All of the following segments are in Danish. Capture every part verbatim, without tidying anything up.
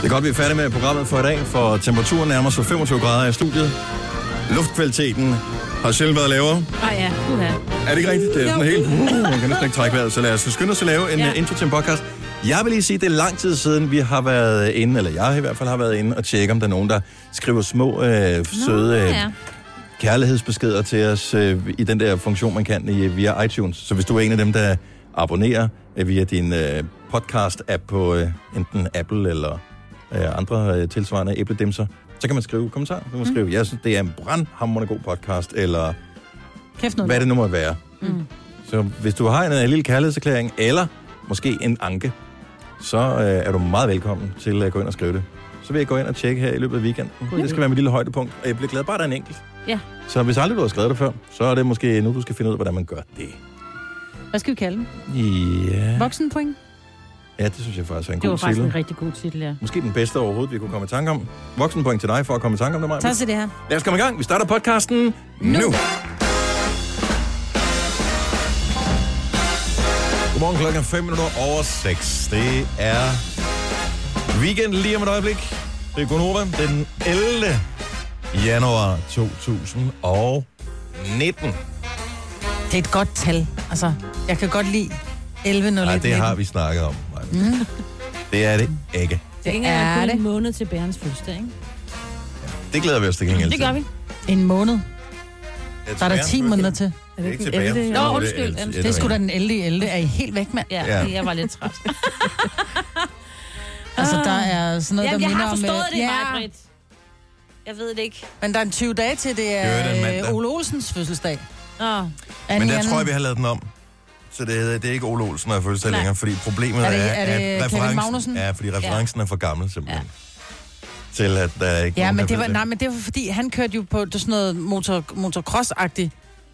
er godt, vi er færdige med programmet for i dag, for temperaturen nærmer sig femogtyve grader i studiet. Luftkvaliteten har selv været lavere. Åh oh, ja, uha. Er det ikke rigtigt? Det er sådan helt... Uh, man kan næsten ikke trække vejret, så lad os skynde os at lave en ja. intro til en podcast. Jeg vil lige sige, det er lang tid siden, vi har været inde, eller jeg i hvert fald har været inde og tjekke, om der er nogen, der skriver små, øh, søde øh, ja. kærlighedsbeskeder til os øh, i den der funktion, man kan i, via iTunes. Så hvis du er en af dem, der abonnerer øh, via din øh, podcast-app på øh, enten Apple eller øh, andre øh, tilsvarende æbledimser, så kan man skrive kommentarer. Så kan man skrive, mm. jeg synes, det er en brandhamrende god podcast, eller hvad det nu må være. Mm. Så hvis du har en, en lille kærlighedserklæring, eller måske en anke, så øh, er du meget velkommen til at gå ind og skrive det. Så vil jeg gå ind og tjekke her i løbet af weekenden. God. Det skal være mit lille højdepunkt, og jeg bliver glad bare, der er en enkelt. Ja. Så hvis aldrig du har skrevet det før, så er det måske nu, du skal finde ud af, hvordan man gør det. Hvad skal vi kalde den? Ja. Voksenpoint? Ja, det synes jeg faktisk er en det god titel. Det var faktisk en rigtig god titel, ja. Måske den bedste overhovedet, vi kunne komme i tanke om. Voksenpoint til dig for at komme i tanke om det, Maja. Tak til det her. Lad os komme i gang. Vi starter podcasten nu. nu. Godmorgen, klokken fem minutter over seks. Det er weekend lige om et øjeblik. Det er Gonova. Det er den ellevte januar to tusind og nitten. Det er et godt tal. Altså, jeg kan godt lide elleve nul et. Nej, det har vi snakket om. Mm. Det er det ikke. Det er, er kun en måned til Bærens fødselsdag, ikke? Ja, det glæder vi os til gengæld. Det gør vi. En måned. Der er der ti måneder til. Det er ikke til Bærens. Nå, undskyld. Det, det er sgu da den ellevte ellevte. Er I helt væk, mand? Ja, ja, jeg var lidt træt. Altså, der er sådan noget, Jamen, der minder om... Jeg har forstået med, det, ja. Maj-Brit. Jeg ved det ikke. Men der er en tyve dage til, det er Ole Olsens fødselsdag. Oh. Men der tror jeg, vi har lavet den om. Så det, det er ikke Ole Olsen, der har fødselsdag længere, fordi problemet er, det, er, er det at referencen, ja, fordi referencen ja. er for gammel simpelthen. Ja. Til at der ikke ja, nogen, men det var, det. nej, men det var fordi, han kørte jo på sådan noget motor, motocross-agtigt.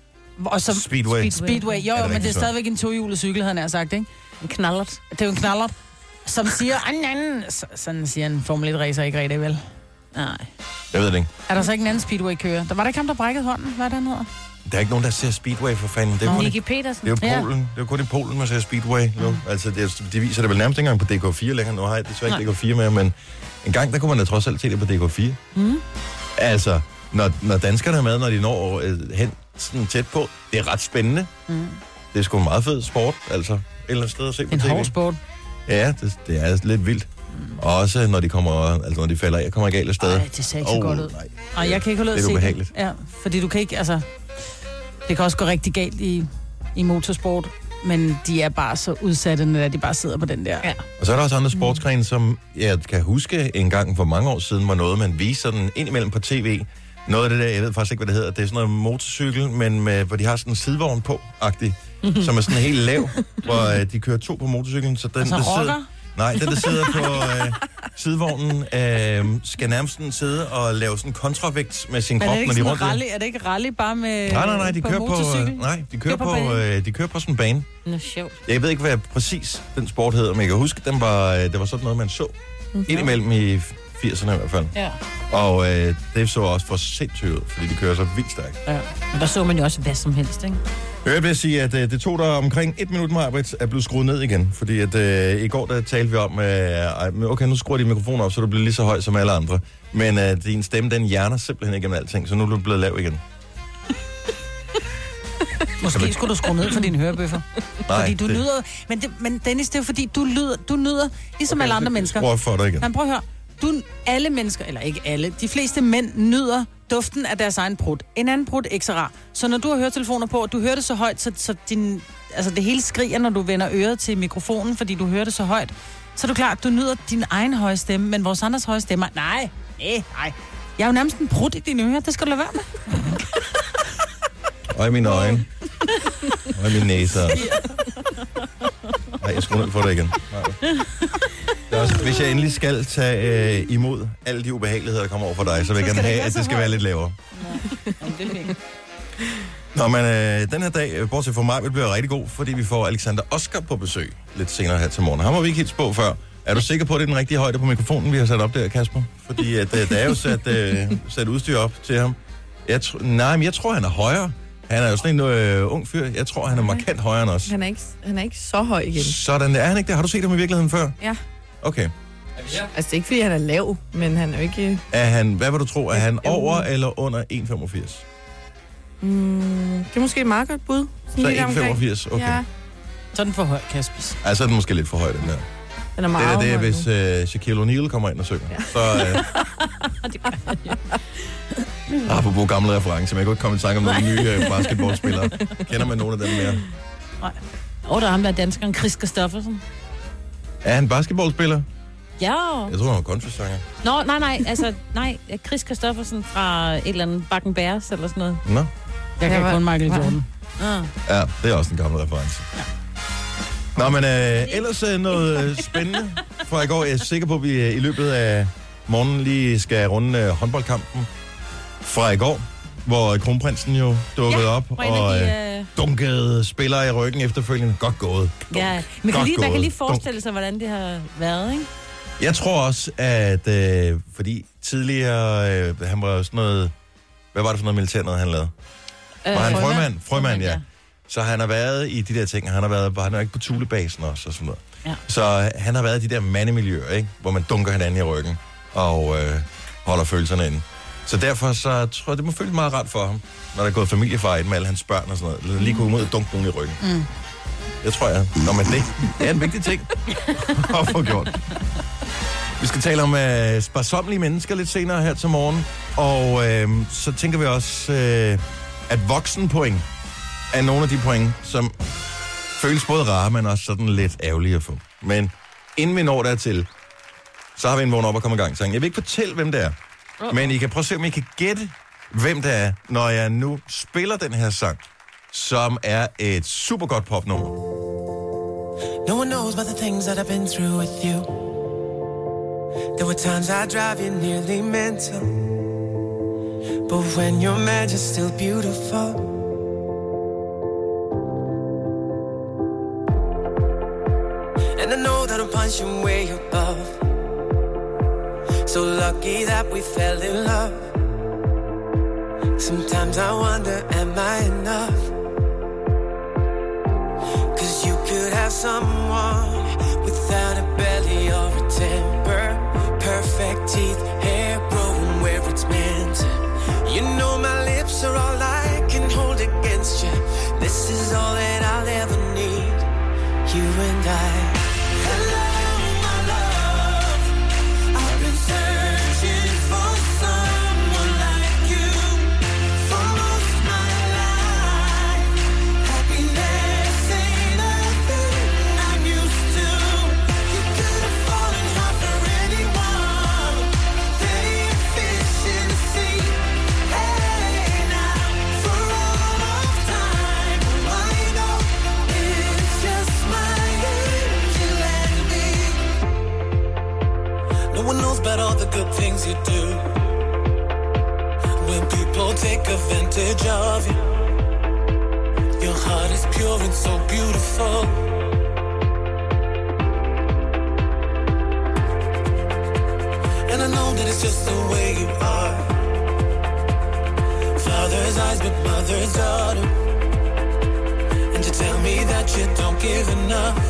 Og så, Speedway. Speed, speedway. Jo, ja, men det er stadigvæk en tohjulet cykel, havde han sagt, ikke? En knallert. Det er jo en knallert, som siger, anden. Sådan siger en Formel et racer ikke rigtig vel. Nej. Jeg ved det ikke. Er der så ikke en anden Speedway-kører? Der var der ikke ham, der brækkede hånden? Hvad er det, han hedder? Der er ikke nogen, der ser Speedway for fanden. Det er, kun, Nicky Petersen. det er jo Polen. Ja. Det er jo kun i Polen, man ser Speedway nu. Mm. Altså, det, de viser det vel nærmest ikke engang på D K fire længere. Nu har jeg desværre ikke D K fire med, men en gang, der kunne man da trods alt se det på D K fire. Mm. Altså, når, når danskerne er med, når de når øh, hen sådan tæt på, det er ret spændende. Mm. Det er sgu en meget fed sport, altså. Et eller andet sted at se på en T V. En hård sport. Ja, det, det er lidt vildt. Også når de kommer, altså når de falder af, kommer galt af sted. Nej, det ser ikke så oh, godt ud. Nej, Ej, jeg kan ikke holde ud at se det. Det er ubehageligt. Ja, fordi du kan ikke, altså... Det kan også gå rigtig galt i, i motorsport, men de er bare så udsatte, når de bare sidder på den der. Ja. Og så er der også andre sportsgrene, som jeg kan huske en gang for mange år siden, var noget, man viste sådan indimellem på tv. Noget af det der, jeg ved faktisk ikke, hvad det hedder, det er sådan noget motorcykel, men med, hvor de har sådan en sidevogn på-agtig, som er sådan helt lav, hvor øh, de kører to på motorcyklen. Så den, altså der rocker? sidder, nej, den der sidder på øh, sidevognen, øh, skal nærmest sådan sidde og lave sådan kontravægt med sin krop, når de rundt. Rally? Er det ikke rally bare med Nej, nej, nej, de kører på, øh, nej, de kører på, på øh, de kører på sådan en bane. Nå, sjovt. Jeg ved ikke, hvad præcis den sport hedder, men jeg kan huske, den var, det var sådan noget, man så okay. indimellem i firserne i hvert fald. Ja. Og øh, det så også for sindssygt ud, fordi de kører så vildt stærkt. Ja. Men der så man jo også hvad som helst, ikke? Jeg vil sige, at øh, det tog der omkring et minut, Maj-Brit, er blevet skruet ned igen. Fordi at øh, i går, der talte vi om, øh, okay, nu skruer de mikrofonen op, så du bliver lige så høj som alle andre. Men øh, din stemme, den hjerner simpelthen igennem alting, så nu er du blevet lav igen. Måske skulle du skrue ned for dine hørebøffer. Nej, fordi du det... lyder... Men, det, men Dennis, det er jo fordi, du lyder, du nyder ligesom okay, alle andre mennesker. Prøv for dig igen. Men prøv at høre. Du, alle mennesker, eller ikke alle, de fleste mænd nyder duften af deres egen brud. En anden brud ikke så rar. Så når du har høretelefoner på, og du hører det så højt, så, så din, altså det hele skriger, når du vender øret til mikrofonen, fordi du hører det så højt, så er du klar, at du nyder din egen høje stemme, men vores andres høje stemmer, nej, nej, nej. Jeg er jo nærmest en brud i dine ører, det skal du lade være med. Og i mine øjne. Og i mine næser. Nej, jeg skruer ned for det igen. Det er også, hvis jeg endelig skal tage øh, imod alle de ubehageligheder, der kommer over for dig, så vil jeg gerne have, at det skal være lidt lavere. Nå, men øh, den her dag, bortset fra mig, bliver rigtig god, fordi vi får Alexander Oscar på besøg lidt senere her til morgen. Ham har vi ikke helt spå før. Er du sikker på, at det er den rigtige højde på mikrofonen, vi har sat op der, Kasper? Fordi at, øh, der er jo sat, øh, sat udstyr op til ham. Jeg tr- nej, men jeg tror, han er højere. Han er jo sådan en øh, ung fyr. Jeg tror, han er markant højere end os. Han er ikke, han er ikke så høj igen. Sådan, er han ikke det? Har du set ham i virkeligheden før? Ja. Okay. Altså, det er ikke, fordi han er lav, men han er jo ikke... Er han, hvad vil du tro, er han over eller under en komma femogfirs? Mm, det er måske et meget godt bud. Så en komma femogfirs, okay. Ja. Så er den for høj, Kaspis. Ej, så er den måske lidt for høj, den der. Den er meget det er det, høj hvis uh, Shaquille O'Neal kommer ind og synger. Ja. Så... Uh... Apropos gamle referencer, men jeg kunne ikke komme i tanke om nogle nye uh, basketballspillere. Kender man nogle af dem mere? Nej. Og der er ham der danskeren, Chris Christoffersen. Er han basketballspiller? Ja. Jeg tror, han var country-sanger. Nå, nej, nej, altså, nej, Chris Christoffersen fra et eller andet Bakken Bears eller sådan noget. Nå. Jeg kan kun Michael Jordan. Ah. Ja, det er også en gammel reference. Ja. Nå, men øh, ellers øh, noget øh, spændende fra i går. Jeg er sikker på, at vi øh, i løbet af morgenen lige skal runde øh, håndboldkampen fra i går, hvor kronprinsen jo dukkede ja, op og øh, øh... dunkede spillere i ryggen efterfølgende. Godt gået. Ja, man kan, lige, man kan lige forestille sig, hvordan det har været, ikke? Jeg tror også, at øh, fordi tidligere, øh, han var jo sådan noget, hvad var det for noget militær noget, han lavede? Øh, var han frømand? Frømand, ja. Så han har været i de der ting, han har været, han er ikke på Thulebasen også og sådan noget. Ja. Så han har været i de der mandemiljøer, ikke? Hvor man dunker hinanden i ryggen og øh, holder følelserne inde. Så derfor så tror jeg, det må føles meget rart for ham, når der er gået familiefejl med alle hans børn og sådan noget. Lige gå ud og dunke nogen i ryggen. Mm. Det tror jeg. Nå, men det, det er en vigtig ting at få gjort. Vi skal tale om øh, sparsommelige mennesker lidt senere her til morgen. Og øh, så tænker vi også, øh, at voksenpoint er nogle af de point, som føles både rare, men også sådan lidt ærgerlige at få. Men inden vi når dertil, så har vi en vågen op og komme i gang. Jeg vil ikke fortælle, hvem det er. Uh-oh. Men I kan prøve at se, om I kan gætte, hvem det er, når jeg nu spiller den her sang, som er et super godt popnummer. No one knows about the things that I've been through with you. There were times I drive you nearly mental. But when you're mad, you're still beautiful. And I know that I'm punching way above. So lucky that we fell in love. Sometimes I wonder, am I enough? Cause you could have someone without a belly or a temper. Perfect teeth, hair growing where it's meant. You know my lips are all I can hold against you. This is all that I'll ever need. You and I. About all the good things you do. When people take advantage of you, your heart is pure and so beautiful. And I know that it's just the way you are. Father's eyes but mother's daughter. And you tell me that you don't give enough.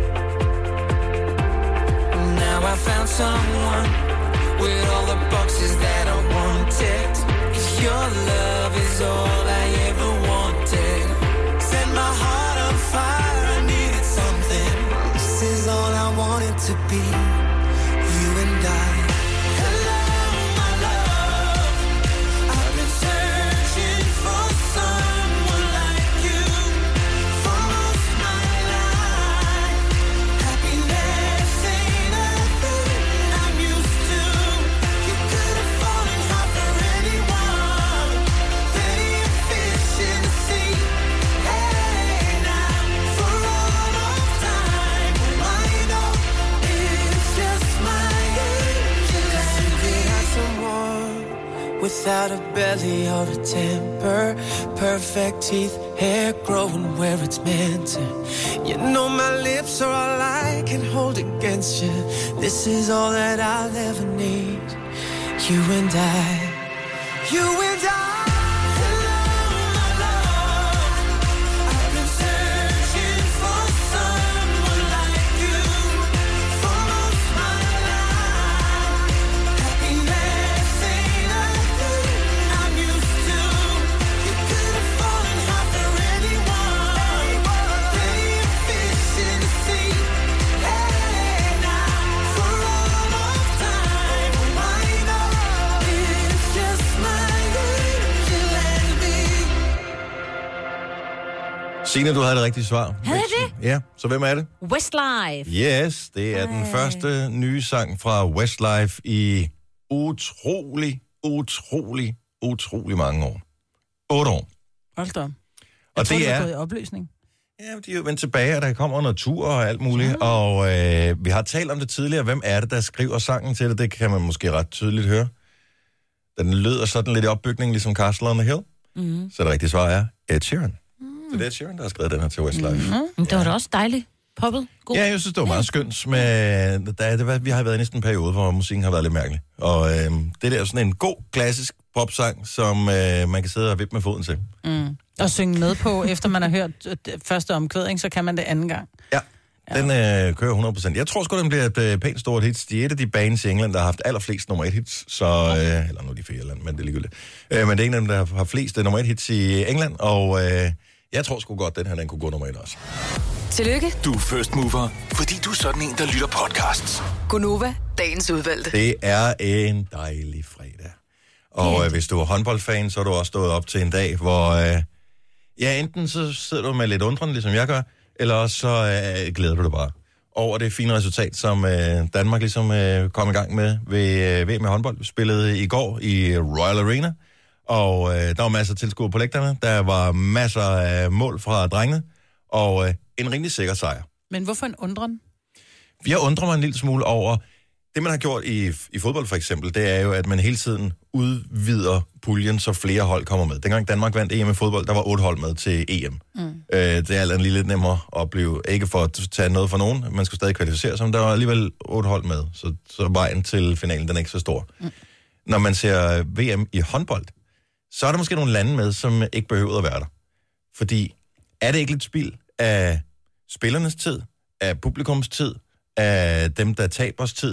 Now I found someone with all the boxes that I wanted. Your love is all I ever wanted. Set my heart on fire, I needed something. This is all I wanted to be, you and I. Hello, my love. I've been searching for someone like you for most my life. Happiness ain't a thing I'm used to. You could have fallen hard for anyone. Very efficiency. Hey now, for all of time, I know it's just my angel and me. Someone without a belly or a temper, perfect teeth, hair growing where it's meant to. You know my lips are all I can hold against you. This is all that I'll ever need. You and I, you and I. Hello, my love. I've been searching for someone like you for most my life. Signe, du havde det rigtige svar. Havde jeg det? Ja, så hvem er det? Westlife. Yes, det er den første nye sang fra Westlife i utrolig, utrolig, utrolig mange år. Otte år. Hold da. Jeg Og tror, det det er er... gået i opløsning. Ja, de er jo vendt tilbage, og der kommer natur og alt muligt. Ja. Og øh, vi har talt om det tidligere. Hvem er det, der skriver sangen til det? Det kan man måske ret tydeligt høre. Den lyder sådan lidt i opbygningen, ligesom Castle on the Hill. Mm. Så det rigtige svar er Ed Sheeran. Mm. Så det er Ed Sheeran, der har skrevet den her til Westlife. Mm. Men det var da også dejligt. Poppet. God. Ja, jeg synes, det var meget skønt. Med, der, det var, vi har været i næsten en periode, hvor musikken har været lidt mærkelig. Og øh, det der er sådan en god, klassisk popsang, som øh, man kan sidde og vippe med foden til. Mm. Og synge med på, efter man har hørt første omkvædning, så kan man det anden gang. Ja, den øh, kører hundrede procent. Jeg tror sgu, den bliver et øh, pænt stort hits. De er et af de bands i England, der har haft allerflest nummer et hits. Så, øh, eller nu er de fra Irland, men det er ligegyldigt. Øh, men det er en af dem, der har flest øh, nummer et hits i England. Og øh, jeg tror sgu godt, den her den kunne gå nummer et også. Tillykke, Du er first mover, fordi du er sådan en, der lytter podcasts. Gunova, dagens udvalgte. Det er en dejlig fredag. Og øh, hvis du er håndboldfan, så har du også stået op til en dag, hvor... Øh, ja, enten så sidder du med lidt undrende, ligesom jeg gør, eller også så øh, glæder du dig bare over det fine resultat, som øh, Danmark ligesom øh, kom i gang med ved øh, V M i håndbold. Vi spillede i går i Royal Arena, og øh, der var masser af tilskuere på lægterne. Der var masser af mål fra drengene, og øh, en rimelig sikker sejr. Men hvorfor en undren? Jeg undrer mig en lille smule over, det man har gjort i, i fodbold for eksempel, det er jo, at man hele tiden udvider puljen, så flere hold kommer med. Dengang Danmark vandt E M i fodbold, der var otte hold med til E M. Mm. Øh, det er alt lidt nemmere at blive, ikke for at tage noget for nogen, man skal stadig kvalificere sig, men der var alligevel otte hold med, så, så vejen til finalen, den er ikke så stor. Mm. Når man ser V M i håndbold, så er der måske nogle lande med, som ikke behøver at være der. Fordi er det ikke lidt spild af spillernes tid, af publikums tid, af dem, der tabers tid,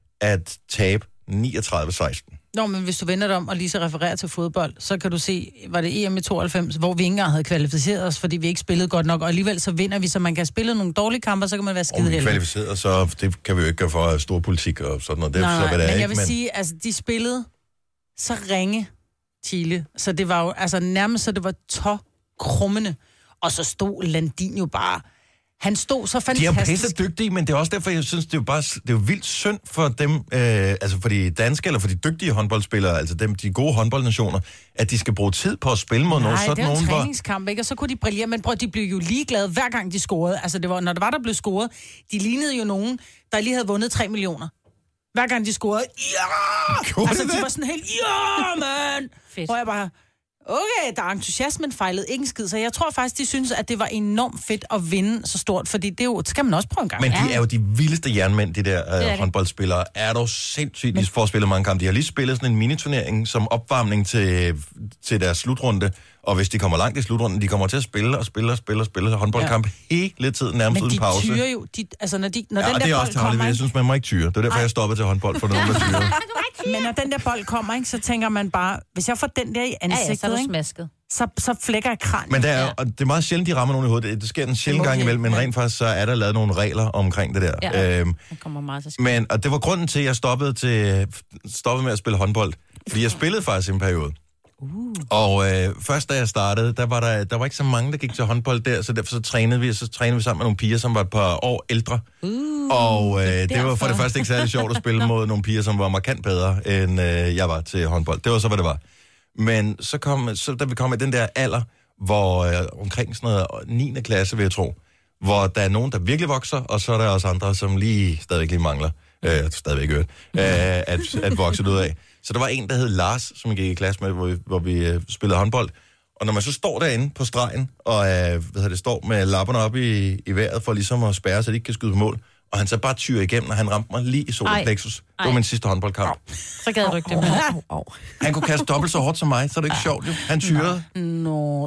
at tabe niogtredive seksten. Nå, men hvis du vender dig om og lige så refererer til fodbold, så kan du se, var det E M i tooghalvfems, hvor vi ikke engang havde kvalificeret os, fordi vi ikke spillede godt nok, og alligevel så vinder vi, så man kan spille nogle dårlige kampe, så kan man være skide heldig. Om vi kvalificeret, så det kan vi jo ikke gøre for stor politik og sådan noget. Det er Nej, så, hvad det men er, jeg vil men... sige, altså de spillede så ringe Chile, så det var jo, altså nærmest så det var tåkrummende, og så stod Landin jo bare... Han stod så fantastisk. De er pisse dygtige, men det er også derfor, jeg synes, det er jo bare det er jo vildt synd for dem, øh, altså for de danske eller for de dygtige håndboldspillere, altså dem, de gode håndboldnationer, at de skal bruge tid på at spille mod nogen. Nej, sådan det er nogen, en hvor... træningskamp, ikke? Og så kunne de brillere, men prøv, de blev jo ligeglade hver gang de scorede. Altså, det var, når det var, der blev scoret, de lignede jo nogen, der lige havde vundet tre millioner. Hver gang de scorede, ja! Gjorde Altså, det? de var sådan helt, ja, man! Fedt. Hvor jeg bare... Okay, der er entusiasmen fejlede ikke en skid, så jeg tror faktisk, de synes, at det var enormt fedt at vinde så stort, fordi det, er jo, det skal man også prøve en gang. Men de er jo de vildeste jernmænd, de der det. øh, håndboldspillere. Er dog sindssygt, de får spillet mange kampe. De har lige spillet sådan en miniturnering som opvarmning til, til deres slutrunde, og hvis de kommer langt i slutrunden, de kommer til at spille og spille og spille og spille håndboldkamp ja. hele tiden, nærmest Men uden de pause. tyrer jo, de, altså når, de, når Ja, den og der det er bold også tavligt, kommer, jeg synes, man må ikke tyre. Det er derfor, Ej. jeg stoppede til håndbold, for nogen, der tyrer. men når den der bold kommer, ikke, så tænker man bare, hvis jeg får den der i Ja, ja, så ansigtet, er du ikke, smasket. så, så flækker jeg kraniet. Men der er, og det er meget sjældent, de rammer nogen i hovedet. Det, det sker en sjældent Det må gang de imellem, men ikke, rent faktisk så er der lavet nogle regler omkring det der. Ja. Øhm, Han kommer meget til skade. men, og det var grunden til, at jeg stoppede, til, stoppede med at spille håndbold. Fordi jeg spillede faktisk i en periode. Uh. Og øh, først da jeg startede, der var der, der var ikke så mange, der gik til håndbold der, så derfor så trænede vi, så trænede vi sammen med nogle piger, som var et par år ældre. Uh, og øh, det, det var for det første ikke særlig sjovt at spille mod nogle piger, som var markant bedre, end øh, jeg var til håndbold. Det var så, hvad det var. Men så, kom, så da vi kom i den der alder, hvor øh, omkring sådan noget niende klasse, vil jeg tro, hvor der er nogen, der virkelig vokser, og så er der også andre, som lige stadigvæk lige mangler, øh, stadigvæk hørt, øh, at, at vokse ud af. Så der var en, der hed Lars, som jeg gik i klasse med, hvor vi, hvor vi øh, spillede håndbold. Og når man så står derinde på stregen, og øh, hvad det, står med lapperne op i, i vejret, for ligesom at spærre, så de ikke kan skyde på mål, og han så bare tyrer igennem, og han ramte mig lige i solar plexus. Det var Ej. min sidste håndboldkamp. Så gad du ikke det mere. Au, au. Han kunne kaste dobbelt så hårdt som mig, så er det ikke sjovt, jo. Han tyrede. Nå,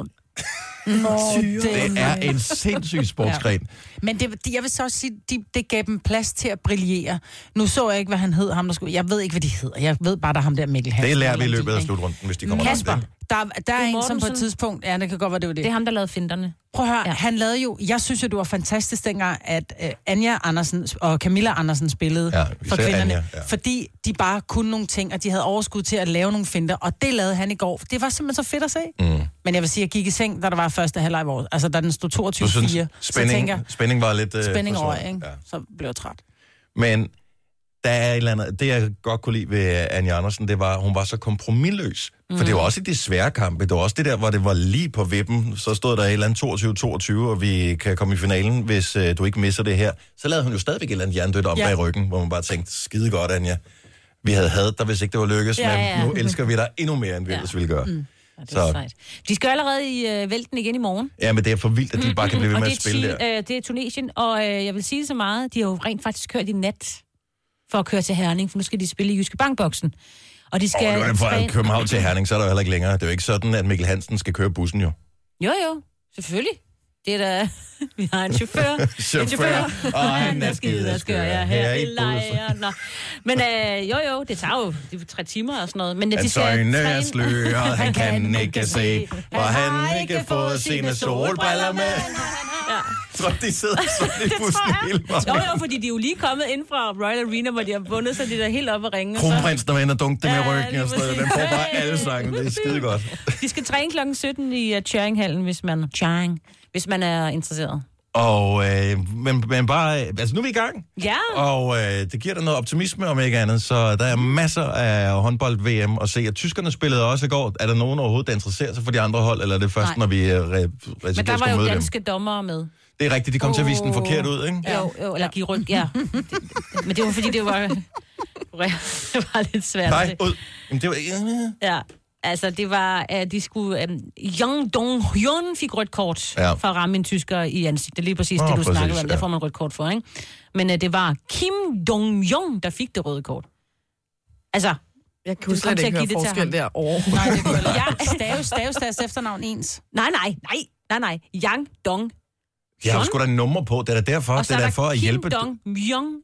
Nå Det er en sindssyg sportsgren. Ja. Men det, de, jeg vil så også sige, de, det gav dem plads til at brillere. Nu så jeg ikke, hvad han hed, ham der skulle... Jeg ved ikke, hvad de hedder. Jeg ved bare, der er ham der Mikkel Hansen. Det lærer vi i løbet af slutrunden, hvis de kommer langt. Kasper, Der, der er en, som på Mortensen. et tidspunkt... Ja, det kan godt være, det var det. Det er ham, der lavede finterne. Prøv at høre, ja. Ja. Han lavede jo... Jeg synes jo, det var fantastisk dengang, at uh, Anja Andersen og Camilla Andersen spillede Ja, for især kvinderne. Anja, ja. Fordi de bare kunne nogle ting, og de havde overskud til at lave nogle finter, og det lavede han i går. Det var simpelthen så fedt at se. Mm. Men jeg vil sige, at jeg gik i seng, da der var første halvleg i vores. Altså, da den stod toogtyve fire. Så spænding, tænker jeg, spænding var lidt... Uh, spænding over, forsvundet. ikke? Ja. Så blev jeg træt. Men der er et eller andet, det jeg godt kunne lide ved Anja Andersen, det var, at hun var så kompromisløs. Mm. For det var også i de svære kampe. Det var også det der, hvor det var lige på vippen. Så stod der et eller andet toogtyve toogtyve, og vi kan komme i finalen, hvis uh, du ikke misser det her. Så lavede hun jo stadigvæk et eller andet jerndødt om Ja. bag ryggen, hvor man bare tænkte, skide godt, Anja. Vi havde hadet dig, hvis ikke det var lykkes, Ja, men ja. nu elsker vi dig endnu mere, end vi Ja. ellers ville gøre. Mm. Ja, det er Så- sejt. De skal jo allerede i øh, vælten igen i morgen. Ja, men det er for vildt, at de bare kan blive ved Og med det at er, spille ti- der. øh, det er Tunesien, og øh, jeg vil sige så meget, de har jo rent faktisk kørt i nat for at køre til Herning, for nu skal de spille i Jyske Bankboksen. Og de skal Og nu er det fra træne- København til Herning, så er der jo heller ikke længere. Det er jo ikke sådan, at Mikkel Hansen skal køre bussen jo. Jo, jo, selvfølgelig. Det er da... Vi har en chauffør. Chauffør, og han er skideskør, ja, her her i i bussen. lejren. Nå. Men øh, jo, jo, det tager jo det er tre timer og sådan noget. Men at de Hans skal øjne er træne... sløret, han kan ikke se, for han har ikke fået sine solbriller med. Ja. Jeg tror, de sidder sådan i bussen hele Jo, vejen. jo, fordi de er jo lige kommet ind fra Royal Arena, hvor de har vundet, så de er der helt oppe at ringe. Kronprinsen er inde og dunke dem i Ja, ryggen lige og sådan noget. Den får bare alle sangen. Det er skide godt. De skal træne klokken sytten i uh, Tjøringhallen, hvis man, Tjøring, hvis man er interesseret. Og, øh, men, men bare, altså nu er vi i gang. Ja. Og øh, det giver dig noget optimisme, om ikke andet. Så der er masser af håndbold-V M at se. At tyskerne spillede også i går. Er der nogen overhovedet, der interesserer sig for de andre hold, eller er det først, Nej. når vi øh, re- Men risikerer der at var skulle jo møde dem? danske dommere med. Det er rigtigt, de kom oh. til at vise den forkert ud, ikke? Ja. Jo, jo, eller give ryg, ja. Det, det, men det var fordi, det var, det var lidt svært. Nej, ud. Jamen, det var... Ja, altså det var, at de skulle... Um, Yang Dong-hyun fik rødt kort Ja. ja. for at ramme en tysker i ansigtet. Lige præcis Nå, det, du præcis, snakkede om. ja. Der får man rødt kort for, ikke? Men uh, det var Kim Dong-jong, der fik det røde kort. Altså, Jeg Du kunne kom slet til ikke at høre give det til forskel ham. der over. Nej, det kunne ja, Stave, stave, deres efternavn ens. nej, nej, nej, nej, nej. Yang Dong. Jeg har sgu da nummer på. Det er da derfor. Og Det så er er da der for at Kim hjælpe... Dong-myung.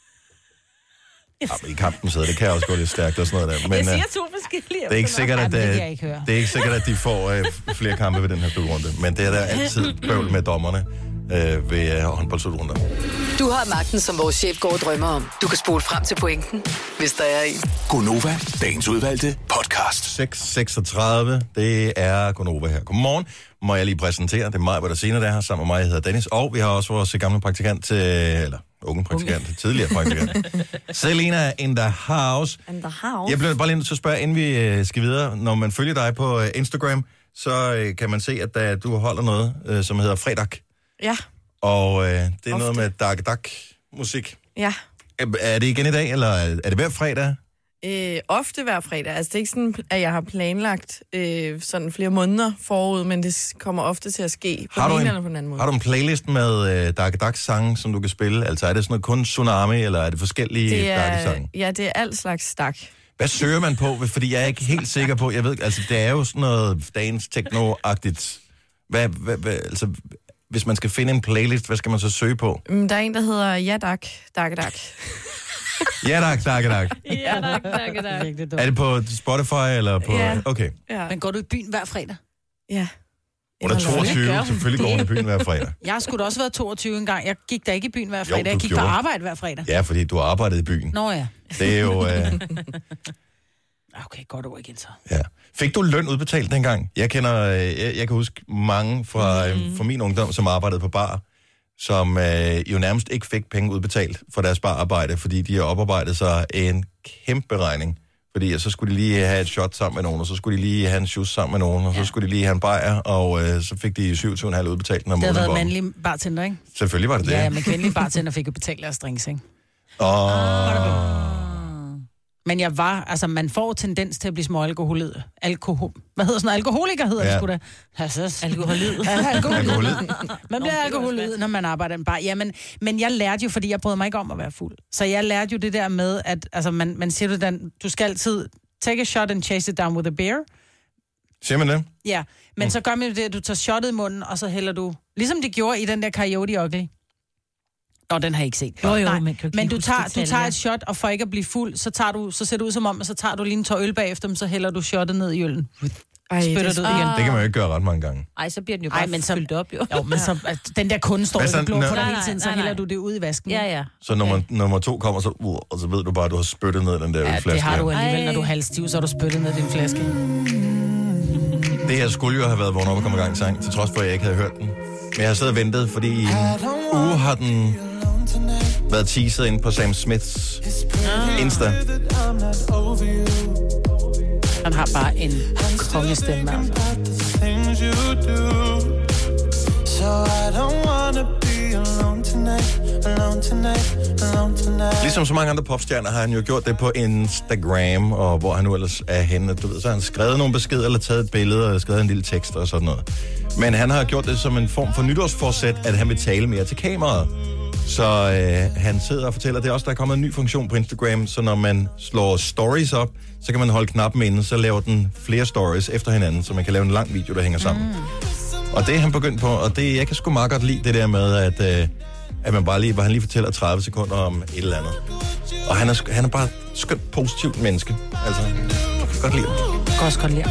Ja, men i kampen sidder det kan også gå lidt stærkt og sådan noget der. Men, Jeg øh, siger to forskellige. det er ikke sikkert, at, Jamen, det vil øh, jeg ikke høre. det er ikke sikkert, at de får øh, flere kampe ved den her slutrunde. Men det er der altid bøvl med dommerne øh, ved øh, håndboldslutrunder. Du har magten, som vores chef går og drømmer om. Du kan spole frem til pointen, hvis der er en. Gonova, dagens udvalgte podcast. seks seksogtredive, det er Gonova her. Godmorgen, må jeg lige præsentere. Det er mig, hvor der senere der her, sammen med mig, jeg hedder Dennis. Og vi har også vores gamle praktikant, øh, eller unge praktikant, unge. tidligere praktikant. Selena in the house. And the house. Jeg bliver bare lige nødt til at spørge, inden vi øh, skal videre. Når man følger dig på øh, Instagram, så øh, kan man se, at der, du holder noget, øh, som hedder Fredag. Ja, Og øh, det er Ofte. noget med Dark Dark musik. ja. Er, er det igen i dag, eller er er det hver fredag? Øh, ofte hver fredag. Altså, det er ikke sådan, at jeg har planlagt øh, sådan flere måneder forud, men det kommer ofte til at ske på Har den du ene en- eller på den anden måde. Har du en playlist med øh, Dark Dark sange, som du kan spille? Altså er det sådan noget kun Tsunami, eller er det forskellige det Dark er, sange? ja, det er alt slags stak. Hvad søger man på? Fordi jeg er ikke helt sikker på, jeg ved, altså det er jo sådan noget dance techno-agtigt. Hvad, hvad, hvad, altså, hvis man skal finde en playlist, hvad skal man så søge på? Mm, Der er en, der hedder Ja Dak, Dak Dak. Ja, Dark Dark Dark. Ja, tak, tak, tak. Virkelig dumt. Er det på Spotify, eller på... Ja. Okay. Ja. Men går du i byen hver fredag? ja. Hun er toogtyve, gør hun selvfølgelig går hun i byen hver fredag. Jeg har sgu da også været toogtyve en gang. Jeg gik da ikke i byen hver Jo, fredag. du Jeg gik på gjorde. arbejde hver fredag. Ja, fordi du har arbejdet i byen. Nå ja. Det er jo... Øh, Okay, godt ord igen så. ja. Fik du løn udbetalt dengang? Jeg kender, øh, jeg, jeg kan huske mange fra, mm. fra min ungdom, som arbejdede på bar, som øh, jo nærmest ikke fik penge udbetalt for deres bararbejde, fordi de har oparbejdet sig en kæmpe regning. Fordi så skulle de lige have et shot sammen med nogen, og så skulle de lige have en shoes sammen med nogen, og så skulle de lige have en bajer, og øh, så fik de syvogtyve komma fem udbetalt, når Det har måneden været var. mandlige bartender, ikke? Selvfølgelig var det det. Ja, men kvindelige bartender fik jo betalt deres drinks, ikke? Og... Men jeg var, altså man får tendens til at blive små alkoholid. Alkohol. Hvad hedder sådan noget? Alkoholiker hedder Ja. det sgu da. Altså, Alkoholid. Ja, alkoholid. Alkoholid. Man bliver alkoholid, når man arbejder i en bar. Jamen, men jeg lærte jo, fordi jeg brød mig ikke om at være fuld. Så jeg lærte jo det der med, at altså, man, man siger, den, du skal altid take a shot and chase it down with a beer. Siger man det? Ja, men mm. så gør man jo det, at du tager shotet i munden, og så hælder du, ligesom de gjorde i den der Coyote Ugly. Nå, den har jeg ikke set. Jo, jo, Nej, men kan jo ikke men lige du huske tager, du detaljer. tager et shot, og for ikke at blive fuld, så, tager du, så ser det ud som om, og så tager du lige en tår øl bagefter, men så hælder du shotet ned i øllen. Ej, spytter det du er- igen. Det kan man jo ikke gøre ret mange gange. Ej, så bliver den jo Ej, bare men så- fyldt op, jo. Jo, men så, at den der kunde står Hvad i så, det blå når- for dig Nej, hele tiden, så nej, nej, hælder nej. du det ud i vasken. Ja, ja. Så nummer, nummer to kommer så, uh, og så ved du bare, at du har spyttet ned i den der Ja, ølflaske. det har du her. alligevel, Ej. når du er halvstiv, så har du spyttet ned i din flaske. Det her skulle jo have været vågnet op og komme i gang i sang, til trods for, at jeg ikke havde hørt den. Men jeg har siddet og ventet, fordi i en uge har den været teaset inde på Sam Smiths Insta. Han har bare en kongestemme, altså. things you do. So I don't wanna be alone tonight, alone tonight, alone tonight. Ligesom så mange andre popstjerner har han jo gjort det på Instagram, og hvor han nu ellers er henne. Du ved, så har han skrevet nogle beskeder, eller taget et billede, og skrevet en lille tekst og sådan noget. Men han har gjort det som en form for nytårsforsæt, at han vil tale mere til kameraet. Så øh, han sidder og fortæller, det er også, der er kommet en ny funktion på Instagram, så når man slår stories op, så kan man holde knappen inde, så laver den flere stories efter hinanden, så man kan lave en lang video, der hænger sammen. Mm. Og det er han begyndt på, og det, jeg kan sgu meget godt lide det der med, at, øh, at man bare lige, hvor han lige fortæller tredive sekunder om et eller andet. Og han er, sk- han er bare et skønt, positivt menneske. Altså, jeg kan godt lide ham. Jeg kan også godt lide.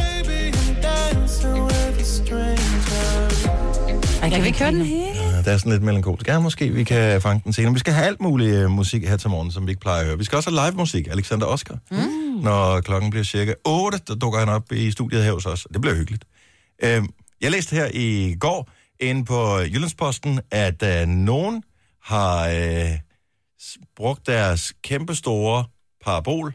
Ej, kan vi ikke høre den hele? Ja, der er sådan lidt melankolsk. Ja, måske vi kan fange den senere. Vi skal have alt muligt uh, musik her til morgen, som vi ikke plejer at høre. Vi skal også have live musik. Alexander Oscar. Mm. Når klokken bliver cirka otte, der dukker han op i studiet her hos os. Det bliver hyggeligt. Uh, jeg læste her i går inde på Jyllandsposten, at uh, nogen har uh, brugt deres kæmpestore parabol,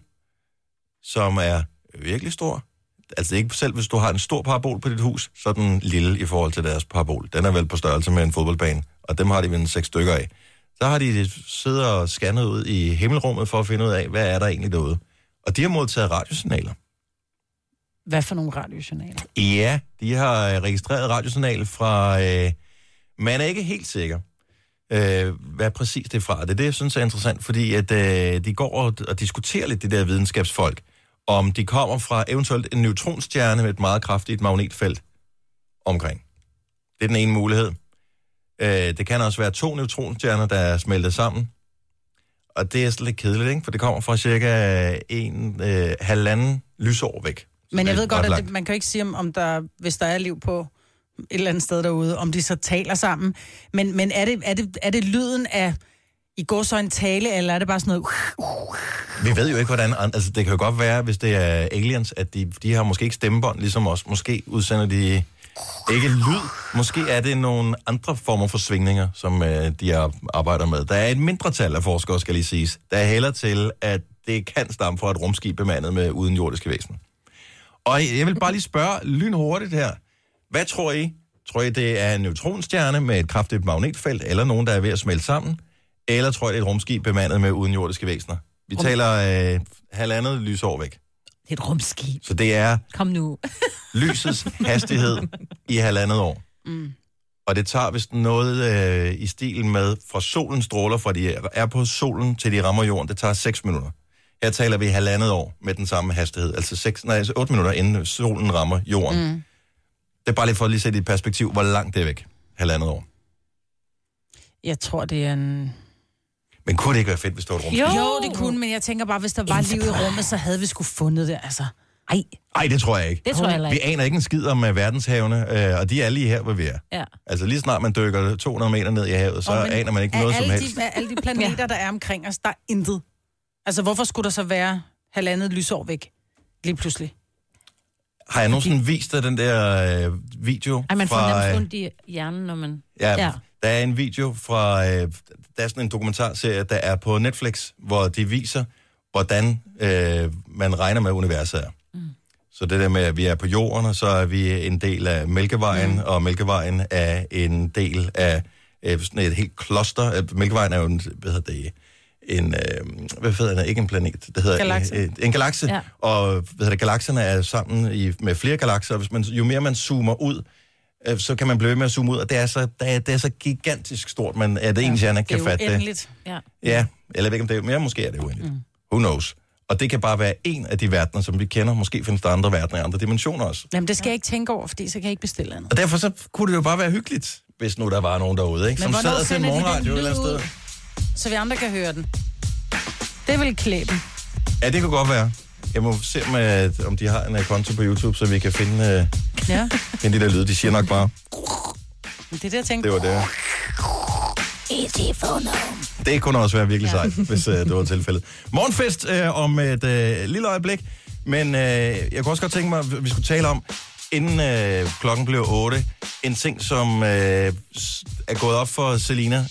som er virkelig stor. Altså ikke selv, hvis du har en stor parabol på dit hus, så er den lille i forhold til deres parabol. Den er vel på størrelse med en fodboldbane, og dem har de vel seks stykker af. Så har de siddet og scannet ud i himmelrummet for at finde ud af, hvad er der egentlig derude. Og de har modtaget radiosignaler. Hvad for nogle radiojournaler? Ja, de har registreret radiosignaler fra... Øh, man er ikke helt sikker, øh, hvad præcis det er fra. Det er det, jeg synes er interessant, fordi at, øh, de går og, og diskuterer lidt, de der videnskabsfolk, om de kommer fra eventuelt en neutronstjerne med et meget kraftigt magnetfelt omkring. Det er den ene mulighed. Øh, det kan også være to neutronstjerner, der er smeltet sammen. Og det er sådan lidt kedeligt, ikke? For det kommer fra cirka en øh, halvanden lysår væk. Så Men jeg det er ved godt, ret at langt. det, man kan jo ikke sige, om- om der, hvis der er liv på et eller andet sted derude, om de så taler sammen. Men, men er, det, er, det, er det lyden af i går så en tale, eller er det bare sådan noget... Vi ved jo ikke, hvordan... Altså, det kan jo godt være, hvis det er aliens, at de, de har måske ikke stemmebånd, ligesom os. Måske udsender de ikke lyd. Måske er det nogle andre former for svingninger, som øh, de er, arbejder med. Der er et mindretal af forskere, skal lige siges, der er hælder til, at det kan stamme fra et rumskib bemandet med udenjordiske væsen. Og jeg vil bare lige spørge lynhurtigt her. Hvad tror I? Tror I, det er en neutronstjerne med et kraftigt magnetfelt, eller nogen, der er ved at smelte sammen? Eller tror jeg, det er et rumskib bemandet med udenjordiske væsener? Vi Rum. taler øh, halvandet lysår væk. Det er et rumskib. Så det er Kom nu. lysets hastighed i halvandet år. Mm. Og det tager vist noget øh, i stil med fra solens stråler, fra de er på solen til de rammer jorden. Det tager seks minutter. Her taler vi halvandet år med den samme hastighed. Altså, seks, nej, altså otte minutter inden solen rammer jorden. Mm. Det er bare lige for at lige sætte i perspektiv, hvor langt det er væk. Halvandet år. Jeg tror, det er en... Men kunne det ikke være fedt, hvis det var et rumskib? Jo, jo det kunne, men jeg tænker bare, hvis der var liv i rummet, så havde vi sgu fundet det, altså. Ej, Ej, det tror jeg ikke. det tror jeg heller Vi ikke. aner ikke en skid om uh, verdenshavene, øh, og de er lige her, hvor vi er. Ja. Altså lige snart man dykker to hundrede meter ned i havet, så Åh, men aner man ikke af noget som alle helst. De, af alle de planeter, der er omkring os, der er intet. Altså, hvorfor skulle der så være halvandet lysår væk lige pludselig? Har jeg nogensinde vist dig den der øh, video Ej, man får fra... nærmest øh, ondt i hjernen, når man... Ja, Ja. der er en video fra... Øh, der er sådan en dokumentarserie, der er på Netflix, hvor de viser, hvordan øh, man regner med, universet er. Mm. Så det der med, at vi er på jorden, og så er vi en del af Mælkevejen, mm. og Mælkevejen er en del af øh, sådan et helt kloster. Mælkevejen er jo en, hvad hedder det, en, øh, hvad hedder det, ikke en planet, det hedder Galakse. En, en galakse, Ja. og hvad hedder det, galakserne er sammen i, med flere galakser, og hvis man, jo mere man zoomer ud, øh, så kan man blive ved med at zoome ud, og det er så, det er, det er så gigantisk stort, man, at det egentlig ja, ikke Det er kan fatte det. uendeligt. Ja. Ja, eller jeg ved ikke, om det er, mere måske er det uendeligt. Mm. Who knows? Og det kan bare være en af de verdener, som vi kender. Måske findes der andre verdener i andre dimensioner også. Jamen, det skal jeg ikke tænke over, fordi så kan jeg ikke bestille andet. Og derfor så kunne det jo bare være hyggeligt, hvis nu der var nogen derude, ikke? Men Som hvornår sad til sender de den morgenradio et eller andet lyd ud? sted. Så vi andre kan høre den. Det vil klæbe. Ja, det kunne godt være. Jeg må se, om, at, om de har en uh, konto på YouTube, så vi kan finde, uh, Ja. finde de der lyde. De siger nok bare, Det er det, jeg tænkte. det var det. Det kunne også være virkelig sejt, hvis uh, det var tilfældet. Morgenfest uh, om et uh, lille øjeblik, men uh, jeg kunne også godt tænke mig, at vi skulle tale om, inden uh, klokken blev otte, en ting, som uh, er gået op for Selina,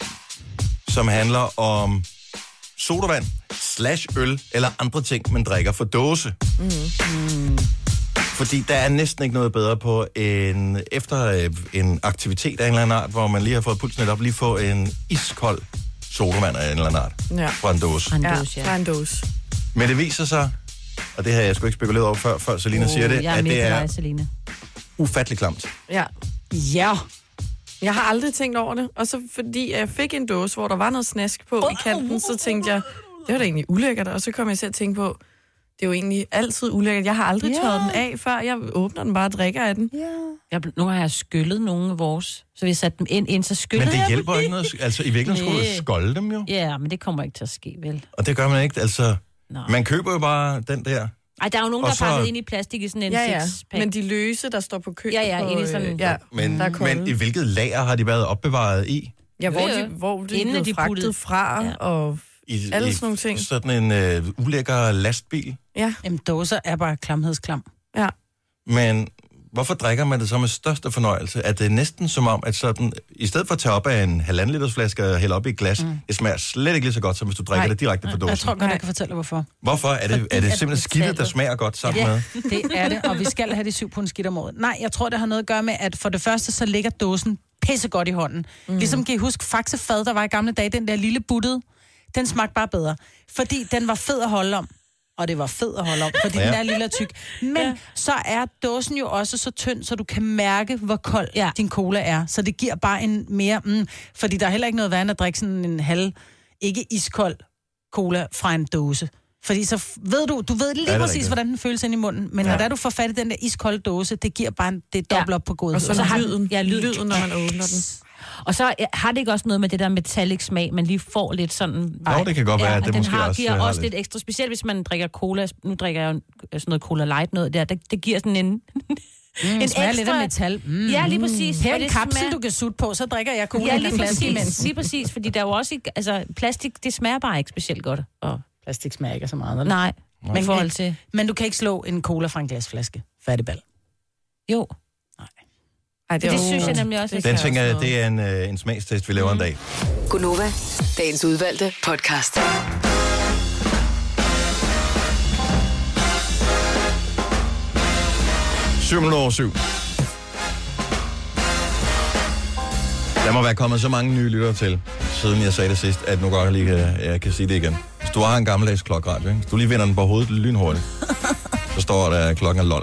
som handler om sodavand, slash øl eller andre ting, man drikker for dåse. Mm. Mm. Fordi der er næsten ikke noget bedre på en, efter øh, en aktivitet af en eller anden art, hvor man lige har fået pulsen lidt op, lige få en iskold sodavand af en eller anden art Ja. fra en dåse. En Ja, dåse, fra en dåse. Men det viser sig, og det har jeg sgu ikke spekuleret over før, før Selina Oh, siger det, jeg er at med det på er dig, Selina. ufattelig klamt. Ja. Ja. Jeg har aldrig tænkt over det. Og så fordi jeg fik en dåse, hvor der var noget snask på i kanten, så tænkte jeg, det var da egentlig ulækkert. Og så kom jeg til at tænke på, det er jo egentlig altid ulækkert. Jeg har aldrig Ja. tørret den af, før jeg åbner den bare og drikker af den. Jeg, nu har jeg skyllet nogle af vores, så vi satte dem ind, ind så skyllede Men det jeg hjælper ikke noget. Altså i virkeligheden skulle du Nej. skolde dem jo. Ja, men det kommer ikke til at ske, vel? Og det gør man ikke. Altså, Nej. man køber jo bare den der. Ej, der er jo nogen, Og der er så- pakket ind i plastik i sådan en Ja, ja. sixpack. Men de løse, der står på kø. Ja, ja, på, inde i sådan- øh, ja, Men, der er kolde. men i hvilket lager har de været opbevaret i? Ja, hvor Jo, jo. de, hvor de Inden blev de fragtet puttede- fra, Ja. og I, alle i sådan nogle ting. sådan en øh, ulækker lastbil. Ja, Jamen, dåser er bare klamhedsklam. ja. Men hvorfor drikker man det så med største fornøjelse? At det er næsten som om, at sådan, i stedet for at tage op af en halvanden liters flaske og hælde op i et glas, mm. det smager slet ikke lige så godt, som hvis du drikker Nej. det direkte fra dåsen. Jeg tror godt, jeg kan fortælle dig, hvorfor. Hvorfor? Er det, er det at simpelthen skidtet, der metallet- smager godt sammen Ja, med? det er det, og vi skal have de syv pund skidt om året. Nej, jeg tror, det har noget at gøre med, at for det første, så ligger dåsen pissegodt i hånden. Mm. Ligesom kan I huske faxefad, der var i gamle dage, den der lille buttede, den smagte bare bedre. Fordi den var fed at holde om. Og det var fed at holde om, fordi Ja. ja. den er lille og tyk. Men ja. så er dåsen jo også så tynd, så du kan mærke, hvor kold Ja. ja. din cola er. Så det giver bare en mere... Mm, fordi der er heller ikke noget vand at drikke sådan en halv, ikke iskold cola fra en dåse. Fordi så f- ved du, du ved lige det præcis, rigtigt? hvordan den føles ind i munden. Men ja. når der du får fat i den der iskolde dåse, det giver bare en, det er dobbelt Ja. op på godhed. Og så, Og så har den- lyden, ja, lyd. lyden, når man åbner den. Og så ja, har det ikke også noget med det der metallic smag, man lige får lidt sådan... Jo, det kan godt være, at og det den måske har, også, giver øh, har også lidt. lidt ekstra, specielt hvis man drikker cola. Nu drikker jeg jo sådan noget Cola Light noget der. Det, det giver sådan en... Mm, en det smager ekstra... lidt af metal. Mm. Ja, lige præcis. Her Og en det kapsel, smager- du kan sutte på, så drikker jeg cola Ja, i lige en flaske præcis. imens. Lige præcis, fordi der er jo også... ikke- Altså, plastik, det smager bare ikke specielt godt. Og, Plastik smager ikke så meget. Eller? nej, Men, i forhold til... men du kan ikke slå en cola fra en glasflaske. Færdigbal. Jo, Ej, det, det synes jeg nemlig også. Det Den kan tænker også jeg, det er en, øh, en smagstest, vi laver mm. en dag. Gunova, dagens udvalgte podcast. syv minutter over syv. Der må være kommet så mange nye lyttere til, siden jeg sagde det sidst, at nu godt jeg lige kan, jeg kan sige det igen. Hvis du har en gammeldags klokradio, ikke? Hvis du lige vender den på hovedet lynhurtigt, så står der, at klokken er lol.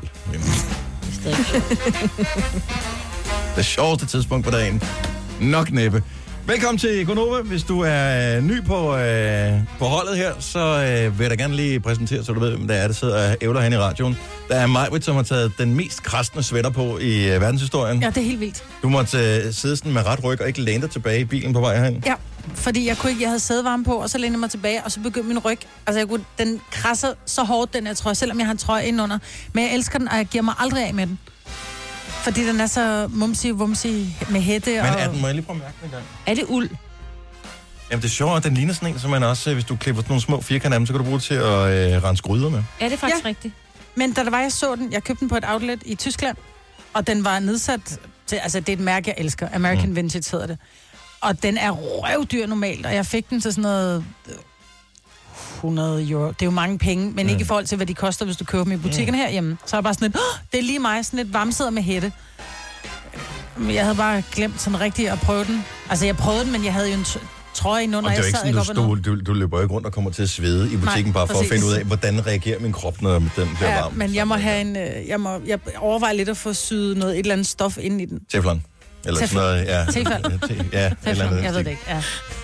Det sjoveste tidspunkt på dagen. Nok næppe. Velkommen til Gonova. Hvis du er øh, ny på, øh, på holdet her, så øh, vil jeg da gerne lige præsentere, så du ved, hvem der er, der sidder og ævler hen i radioen. Der er Majbrit, som har taget den mest krastende sweater på i øh, verdenshistorien. Ja, det er helt vildt. Du måtte øh, sidde sådan med ret ryg og ikke læne dig tilbage i bilen på vej herhen. Ja, fordi jeg kunne ikke, jeg havde sædevarme på, og så lænede jeg mig tilbage, og så begyndte min ryg. Altså, jeg kunne, den krasser så hårdt, den her trøje, selvom jeg har en trøje indenunder. Men jeg elsker den, og jeg giver mig aldrig af med den. Fordi den er så mumsi vumsi med hætte. Men og... er den, må jeg lige prøve at mærke den en gang? Er det uld? Jamen det er sjovt, at den ligner sådan en, som man også, øh, hvis du klipper sådan nogle små firkanter af dem, så kan du bruge det til at øh, rense gryder med. Er det faktisk Ja. rigtigt? Men da der var, jeg så den, jeg købte den på et outlet i Tyskland, og den var nedsat til, altså det er et mærke, jeg elsker. American mm. Vintage hedder det. Og den er røvdyr normalt, og jeg fik den til sådan noget hundrede euro. Det er jo mange penge, men mm. ikke i forhold til, hvad de koster, hvis du køber dem i butikkerne mm. herhjemme. Så er jeg bare sådan lidt, oh, det er lige mig, sådan lidt varmsæder med hætte. Men jeg havde bare glemt sådan rigtigt at prøve den. Altså jeg prøvede den, men jeg havde jo en t- trøje indenunder, Og det er jeg jo ikke sad sådan, ikke du, op ad noget. stod, du, du løber ikke rundt og kommer til at svede i butikken, Nej, bare for præcis. at finde ud af, hvordan reagerer min krop, når den bliver Ja, varm. men jeg må have en, øh, jeg må, jeg overvejer lidt at få syet noget, et eller andet stof ind i den. Teflon. Eller Teflon. sådan noget, ja. Tefal. Te- Ja, et eller Teflon, andet. jeg ved det ikke, ja.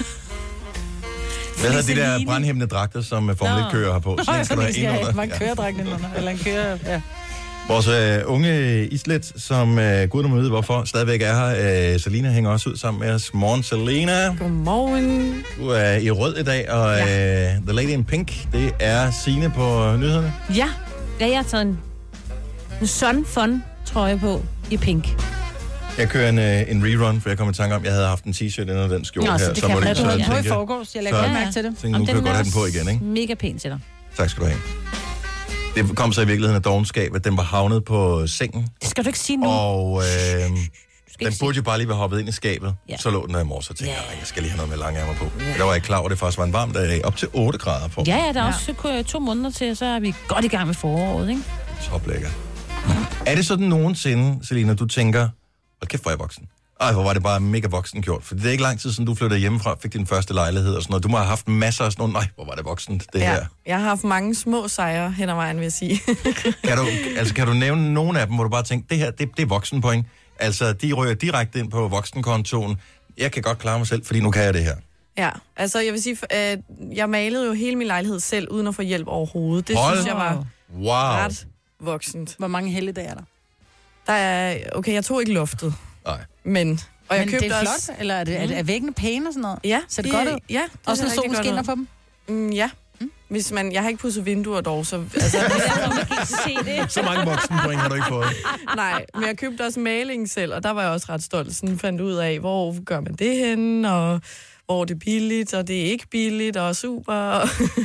Hvad hedder de der Flisselini. brandhæmmende dragter, som Formel Nå. et-kører har på? Sådan en skal du have jeg ind under. have en køredragt indenunder, eller en køre, ja. Vores øh, unge islet, som øh, gud må vide hvorfor, stadigvæk er her. Øh, Selina hænger også ud sammen med os. Morgen, Selina. Godmorgen. Du er i rød i dag, og ja. øh, The Lady in Pink, det er Signe på nyhederne. Ja, ja jeg har taget en, en Sun Fun trøje på i pink. Jeg kører en, øh, en rerun, for jeg kom i tanke om, at jeg havde haft en t-shirt under den skjorte Nå, her. så det kan man. Du havde den på i tænkte, forgårs. Jeg lægger så- godt mærke til det. tænkte, nu kan jeg godt have den på igen, ikke? Mega pæn til dig. Tak skal du have. Det kom så i virkeligheden af dovenskab, at den var havnet på sengen, Det skal du ikke sige nu. og øh, den ikke burde jo bare lige være hoppet ind i skabet. Ja. Så lå den der i morges, og tænkte, yeah. jeg skal lige have noget med lange ærmer på. Ja. Der var jeg ikke klar over, at det faktisk var en varm dag, op til otte grader på. Ja, ja, der er også ja. to måneder til, så er vi godt i gang med foråret, ikke? Toplækker. Er det sådan nogensinde, Selina, du tænker, hold kæft, hvor er jeg voksen? Ej, hvor var det bare mega voksen gjort. For det er ikke lang tid siden, du flyttede hjemmefra, fik din første lejlighed og sådan noget. Du må have haft masser af sådan noget. Nej, hvor var det voksent, det Ja, her. jeg har haft mange små sejre hen ad vejen, vil jeg sige. Kan du, altså, kan du nævne nogle af dem, hvor du bare tænker, det her, det, det er voksenpoint. Altså, de rører direkte ind på voksenkontoen. Jeg kan godt klare mig selv, fordi nu kan jeg det her. Ja, altså jeg vil sige, at jeg malede jo hele min lejlighed selv, uden at få hjælp overhovedet. Det Hold. synes jeg var Wow. ret voksent. Hvor mange helligdage er der? Der er, okay, jeg tog ikke loftet, Nej. men... Og jeg Men købte det er flot, også... eller er, det, er, det, er væggene pæne og sådan noget? Ja, Ser det godt ud? Ja, det Også ser når solen rigtig skinner godt på dem? ud. Mm, ja. Hvis man, jeg har ikke pudset vinduer dog, så... Altså, Se det. Så mange voksenpoint har du ikke fået. nej, men jeg købte også maling selv, og der var jeg også ret stolt. Sådan fandt ud af, hvor gør man det henne, og hvor det er billigt, og det er ikke billigt, og super.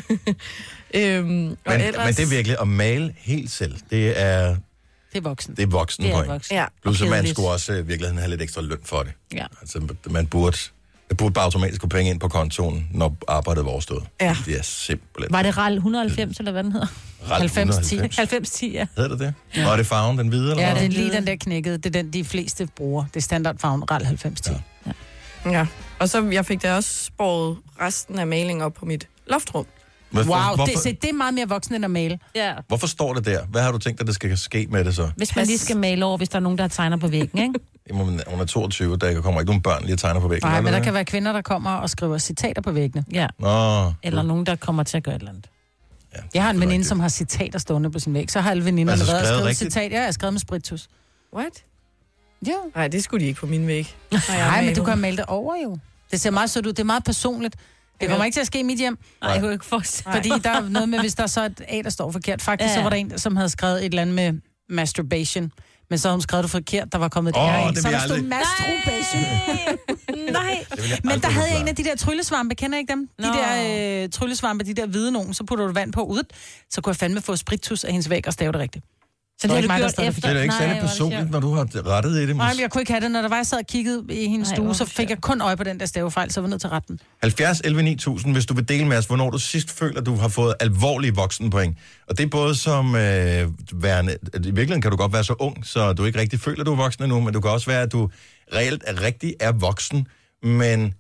øhm, Men, og ellers, men det er virkelig at male helt selv. Det er, Det er voksen. det er voksenpoint. Det er voksen. Ja. Plus, at man Kedeligt. skulle også i virkeligheden have lidt ekstra løn for det. Ja. Altså, man burde, man burde bare automatisk få penge ind på kontoen, når arbejdet var overstået. Ja. Det er simpelthen... Var det R A L et hundrede og halvfems, eller hvad den hedder? ret halvfems ti. hundrede og halvfems. halvfems ti, ja. Hedder det det? Ja. Og er det farven, den hvide, eller Ja, hvad? det er lige den der knækkede. Det er den, de fleste bruger. Det er standardfarven R A L halvfems ti. Ja. Ja, og så jeg fik da også sporet resten af malingen op på mit loftrum. Hvorfor, Wow, hvorfor, det, se, det er meget mere voksen end at male. ja. hvorfor står det der? Hvad har du tænkt, at det skal ske med det så? Hvis man lige skal male over, hvis der er nogen, der tegner på væggen, ikke? Jamen, hun er toogtyve, der kommer ikke nogen børn lige at tegne på væggen. Nej, er men der det? kan være kvinder, der kommer og skriver citater på væggene. Ja. Nå. Eller nogen, der kommer til at gøre et eller andet. Ja, Jeg har en det er veninde, rigtigt. som har citater stående på sin væg. Så har alle veninderne Altså, været og skrevet skrevet rigtigt? citat. Ja, jeg har skrevet med spiritus. What? Jo. Nej, det skulle de ikke på min væg. Nej, men du kan male det over jo. Det ser meget sødt ud. Det er meget personligt. Det kommer ikke til at ske i mit hjem. Nej, jeg kunne ikke forestille. Fordi der er noget med, hvis der så er et A, der står forkert. Faktisk Ja, ja. så var der en, som havde skrevet et eller andet med masturbation. Men så havde hun skrevet det forkert. Der var kommet et Åh, R det i. Så vil der jeg stod aldrig- masturbation. Nej. Det vil jeg Men aldrig der havde jeg forklare. en af de der tryllesvampe, kender I ikke dem? De Nå. der øh, tryllesvampe, de der hvide nogen, så putter du vand på ud, så kunne jeg fandme få spiritus af hendes væg og stave det rigtigt. Så Det var det ikke har mig, du der gjort stavede det efter. Det er da ikke Nej, særlig hvor er det personligt, sjovt. når du har rettet i det. Nej, men jeg kunne ikke have det. Når der var, jeg sad og kiggede i hendes Ej, stue, hvor så sjovt. fik jeg kun øje på den der stavefejl, så var jeg nødt til retten. halvfjerds elleve ni tusind, hvis du vil dele med os, hvornår du sidst føler, at du har fået alvorlige voksenpoint. Og det er både som øh, værende... I virkeligheden kan du godt være så ung, så du ikke rigtig føler, at du er voksen endnu, men du kan også være, at du reelt er rigtig er voksen, men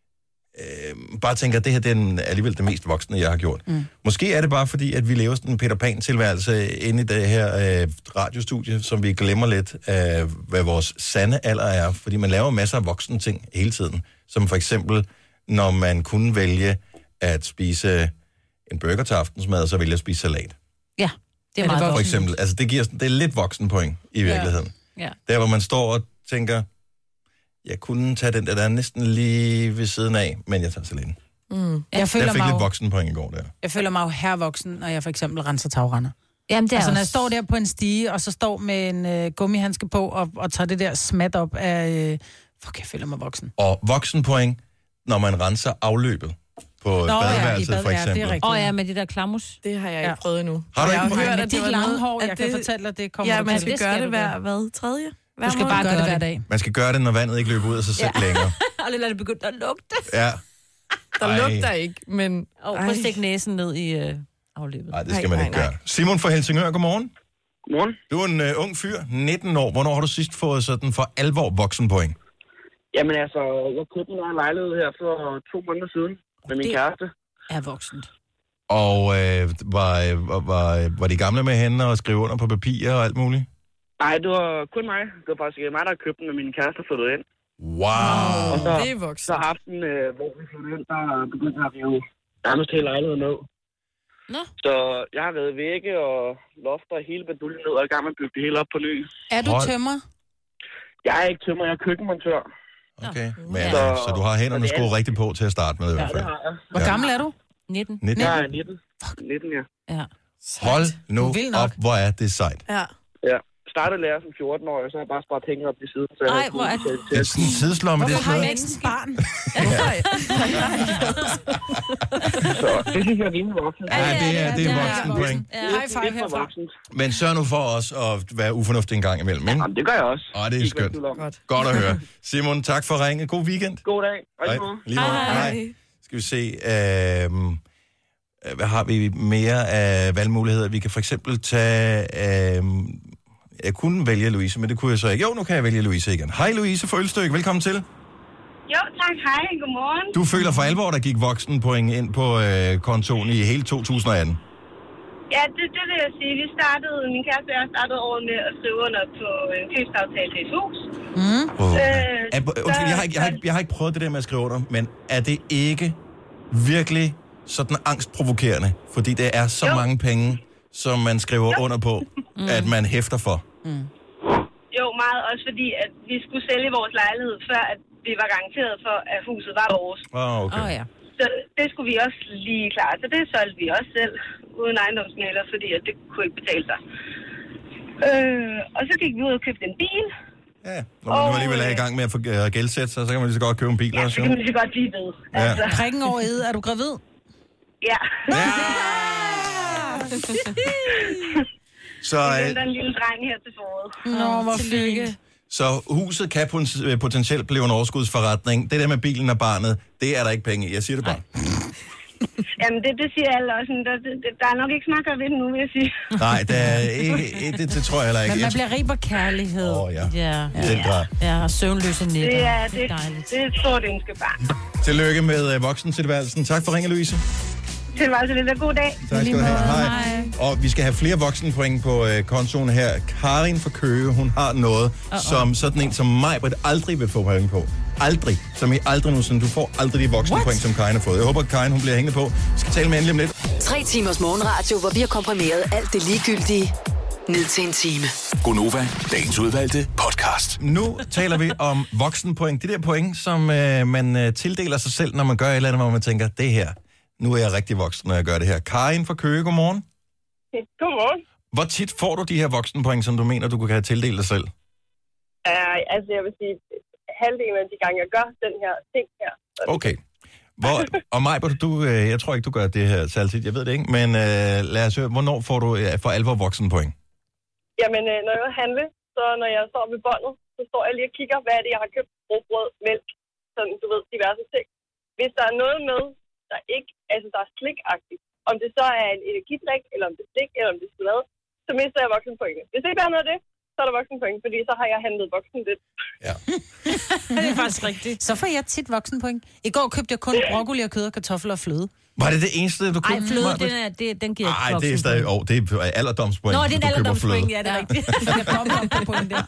øh, bare tænker, at det her det er den, alligevel det mest voksne, jeg har gjort. Mm. Måske er det bare fordi, at vi lever sådan en Peter Pan-tilværelse inde i det her øh, radiostudie, som vi glemmer lidt af, hvad vores sande alder er. Fordi man laver masser af voksne ting hele tiden. Som for eksempel, når man kunne vælge at spise en burger til aftensmad, og så vælge at spise salat. Ja, det er Er det meget For voksen? godt. eksempel. Altså, det giver sådan- det er lidt voksenpoint i virkeligheden. Ja. Der, hvor man står og tænker, jeg kunne tage den der, der er næsten lige ved siden af, men jeg tager salaten. Jeg Jeg føler, fik mig lidt jo, voksenpoint i går der. jeg føler mig jo hervoksen, når jeg for eksempel renser tagrender. Jamen, det er Altså, når jeg også... står der på en stige, og så står med en øh, gummihandske på, og, og tager det der smat op af... Øh, fuck, jeg føler mig voksen. Og voksenpoint, når man renser afløbet på Nå, ja, i badeværelset, bad- for ja, det er eksempel. rigtigt. Åh oh, ja, med de der klammus. Det har jeg Ja. ikke prøvet endnu. Har du jeg ikke har prøvet hørt, Men at dit det var lange noget, hår, at jeg kan det- fortælle dig, det kommer Ja, du man til. skal det skal gøre det du hver, gøre. hvad, tredje? Hver Du skal måned? bare gøre det hver det. dag. Man skal gøre det, når vandet ikke løber ud af sig selv Ja. længere. Og det lader det begynde at lugte. Ja. Der Ej. lugter ikke, men... Og prøv at stikke næsen ned i øh, afløbet. Nej, det skal Nej, man ikke nej, gøre. Simon fra Helsingør, godmorgen. Godmorgen. Du er en uh, ung fyr, nitten år. Hvornår har du sidst fået sådan for alvor voksenpoint? Jamen altså, jeg købte en ny lejlighed her for to måneder siden med min Det- kæreste. Er voksent. Og øh, var, var, var, var de gamle med hende og skrive under på papirer og alt muligt? Nej, det var kun mig. Det var faktisk mig, der købte den, og min kæreste flyttede ind. Wow. Og så, Det er voksen. så aften, øh, hvor vi flyttede ind, der begyndte vi jo nærmest hele lejligheden ned. Nå. Så jeg har været vægge og lofter og hele baduljen ned, og er i gang med at bygge det hele op på ny. Er du Hold. tømmer? Jeg er ikke tømmer, jeg er køkkenmontør. Okay, men, Så, så du har hænderne skruet rigtig på til at starte med i Ja, hvert det fald. har jeg. Hvor Ja. gammel er du? nitten. nitten. Jeg er nitten. nitten, ja. Ja. Hold nu Du vil nok. op, hvor er det sejt. Ja. Ja. Startede lærer som fjorten år, og så har jeg bare sparet penge op i siden. Så jeg Ej, har hvor er kunnet Det er sådan en tidslomme, det er Hvorfor har sådan I noget. ikke en barn? Så det synes jeg er rimelig voksen. Ja, det er, det er ja, voksenpoint. Ja. High five Det er for herfra. voksent. Men sørg nu for os at være ufornuftig en gang imellem, ikke? Jamen, det gør jeg også. Åh, det er Ikke skønt. hvad du om. Godt. Godt at høre. Simon, tak for ringet. God weekend. God dag. Og Hej. lige måde. Lige måde. Hej. Hej. Skal vi se. øhm, Hvad har vi mere af valgmuligheder? Vi kan for eksempel tage... øhm, Jeg kunne vælge Louise, men det kunne jeg så ikke. Jo, nu kan jeg vælge Louise igen. Hej Louise fra Ølstykke. Velkommen til. Jo, tak. Hej. Godmorgen. Du føler for alvor, der gik voksenpoint ind på øh, kontoen i hele to tusind atten. Ja, det, det vil jeg sige. Vi startede, min kæreste og jeg startede året med at skrive under på en købsaftale til et hus. Mm. Oh. Øh, Er, undskyld, så- jeg har, ikke, jeg, har ikke, jeg har ikke prøvet det der med at skrive under, men er det ikke virkelig sådan angstprovokerende? Fordi det er så Jo. mange penge, som man skriver Jo. under på, mm. at man hæfter for. Mm. Jo, meget også fordi, at vi skulle sælge vores lejlighed, før at vi var garanteret for, at huset var vores. Oh, okay. Åh, ja. Så det skulle vi også lige klare. Så det solgte vi også selv, uden ejendomsmægler, fordi at det kunne ikke betale sig. Øh, og så gik vi ud og købte en bil. Ja, når man nu alligevel er i gang med at få uh, gældsætte sig, så kan man lige så godt købe en bil Ja, også. så Jo. kan man lige så godt blive ved. Ja. Altså, Prikken over ed. Er du gravid? ja. Ja! Så, Vi øh, venter en lille dreng her til foråret. Nå, hvor fint. så huset kan pot- øh, potentielt blive en overskudsforretning. Det der med bilen og barnet, det er der ikke penge i. Jeg siger det bare. Jamen, det, det siger alle også. Der, det, der er nok ikke smakker ved det nu, vil jeg sige. Nej, det, er ikke, det, det tror jeg heller ikke. Men man Jeg- bliver rig på kærlighed. Åh, ja. Ja. I den grad. Ja, og søvnløse nætter. Det er, det er det, dejligt. det er et stort ønske, barn. Tillykke med øh, voksentilværelsen. Tak for ringen, Louise. Det var altså lidt af god dag. Tak skal du have. Hej. Og vi skal have flere voksenpoint på øh, kontoen her. Karin fra Køge, hun har noget, uh-oh. som sådan en som mig, Britt, aldrig vil få point på. Aldrig. Som I aldrig nogensinde. Du får aldrig de voksenpoint, som Karin har fået. Jeg håber, at Karin hun bliver hængende på. Vi skal tale med hende lige om lidt. Tre timers morgenradio, hvor vi har komprimeret alt det ligegyldige ned til en time. Gonova, dagens udvalgte podcast. Nu taler vi om voksenpoint. De der point, som øh, man øh, tildeler sig selv, når man gør et eller andet, hvor man tænker, det her, nu er jeg rigtig voksen, når jeg gør det her. Karin fra Køge, godmorgen. Godmorgen. Hvor tit får du de her voksenpoint, som du mener, du kan tildele dig selv? Uh, altså, jeg vil sige, halvdelen af de gange, jeg gør den her ting her. Okay. Hvor, og Maj, du, øh, jeg tror ikke, du gør det her særligt, jeg ved det ikke, men øh, lad os høre, hvornår får du øh, for alvor voksenpoint? Jamen, øh, når jeg handler, så når jeg står ved båndet, så står jeg lige og kigger, hvad er det, jeg har købt. Brød, mælk, sådan, du ved, diverse ting. Hvis der er noget med, der ikke, altså der er slikagtigt, om det så er en energidrik, eller om det er slik, eller om det er chokolade, så mister jeg voksenpointet. Hvis det ikke er noget af det, så er der voksenpoint, fordi så har jeg handlet voksen lidt. Ja. Det er faktisk rigtigt. Så får jeg tit voksenpoint. I går købte jeg kun broccoli og kød og kartofler og fløde. Var det det eneste, du Ej, købte? fløde, Maj-Brit? den, er, det, den giver Ej, ikke det er stadig... Åh, oh, det er alderdomspoint, Nå, hvis det er en du køber fløde. alderdomspoint, ja, det er rigtigt. Jeg kommer op på point der.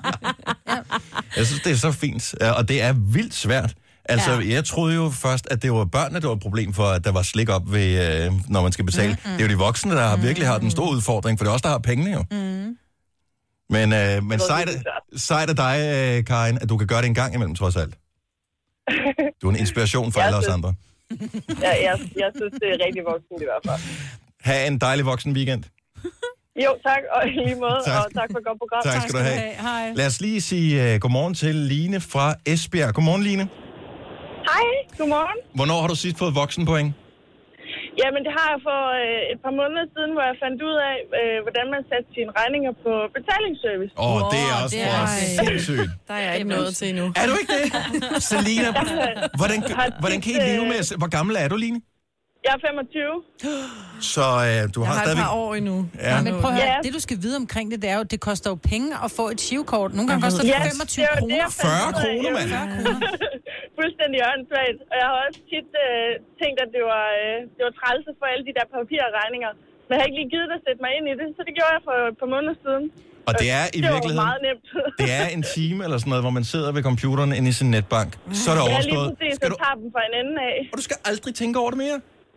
Jeg synes, det er så fint, og det er vildt svært. Altså, Ja. jeg troede jo først, at det var børnene, der var et problem for, at der var slik op, ved, øh, når man skal betale. Mm-hmm. Det er jo de voksne, der har, virkelig har den store udfordring, for det er også der har pengene jo. Mm. Men, øh, men sejt, sejt af dig, øh, Karin, at du kan gøre det en gang imellem, trods alt. Du er en inspiration for Jeg alle os synes- andre. Ja, jeg, jeg synes, det er rigtig voksen i hvert fald. Ha' en dejlig voksen weekend. Jo, tak, og i lige måde, Tak. og tak for et godt program. Tak skal du have. Hej. Lad os lige sige uh, godmorgen til Line fra Esbjerg. Godmorgen, Line. Hej, godmorgen. Hvornår har du sidst fået voksenpoint? Jamen, det har jeg for øh, et par måneder siden, hvor jeg fandt ud af, øh, hvordan man satte sine regninger på betalingsservice. Åh, oh, det er også det for er- sindssygt. Der er jeg ikke nået til endnu. Er du ikke det? Selina, hvordan, hvordan kan I leve med... Hvor gammel er du, Line? Jeg er femogtyve. Så øh, du Jeg har har et stadigvæk... par år endnu. Ja. Men prøv at høre, Ja. det du skal vide omkring det, det er jo, det koster jo penge at få et shivkort. Nogle gange koster det Ja, femogtyve det er jo det, kroner. jeg fandt fyrre ud af. kroner, mand. fyrre kroner. Fuldstændig åndssvagt. Og jeg har også tit øh, tænkt, at det var, øh, det var trælse for alle de der papirregninger. Men jeg har ikke lige givet at sætte mig ind i det, så det gjorde jeg for et par måneder siden. Og det er i det virkeligheden... var meget nemt. Det er en time eller sådan noget, hvor man sidder ved computeren inde i sin netbank. Så er der Ja, lige overstået. præcis. Skal Så du, tager dem fra en ende af. og du skal aldrig tænke over det mere.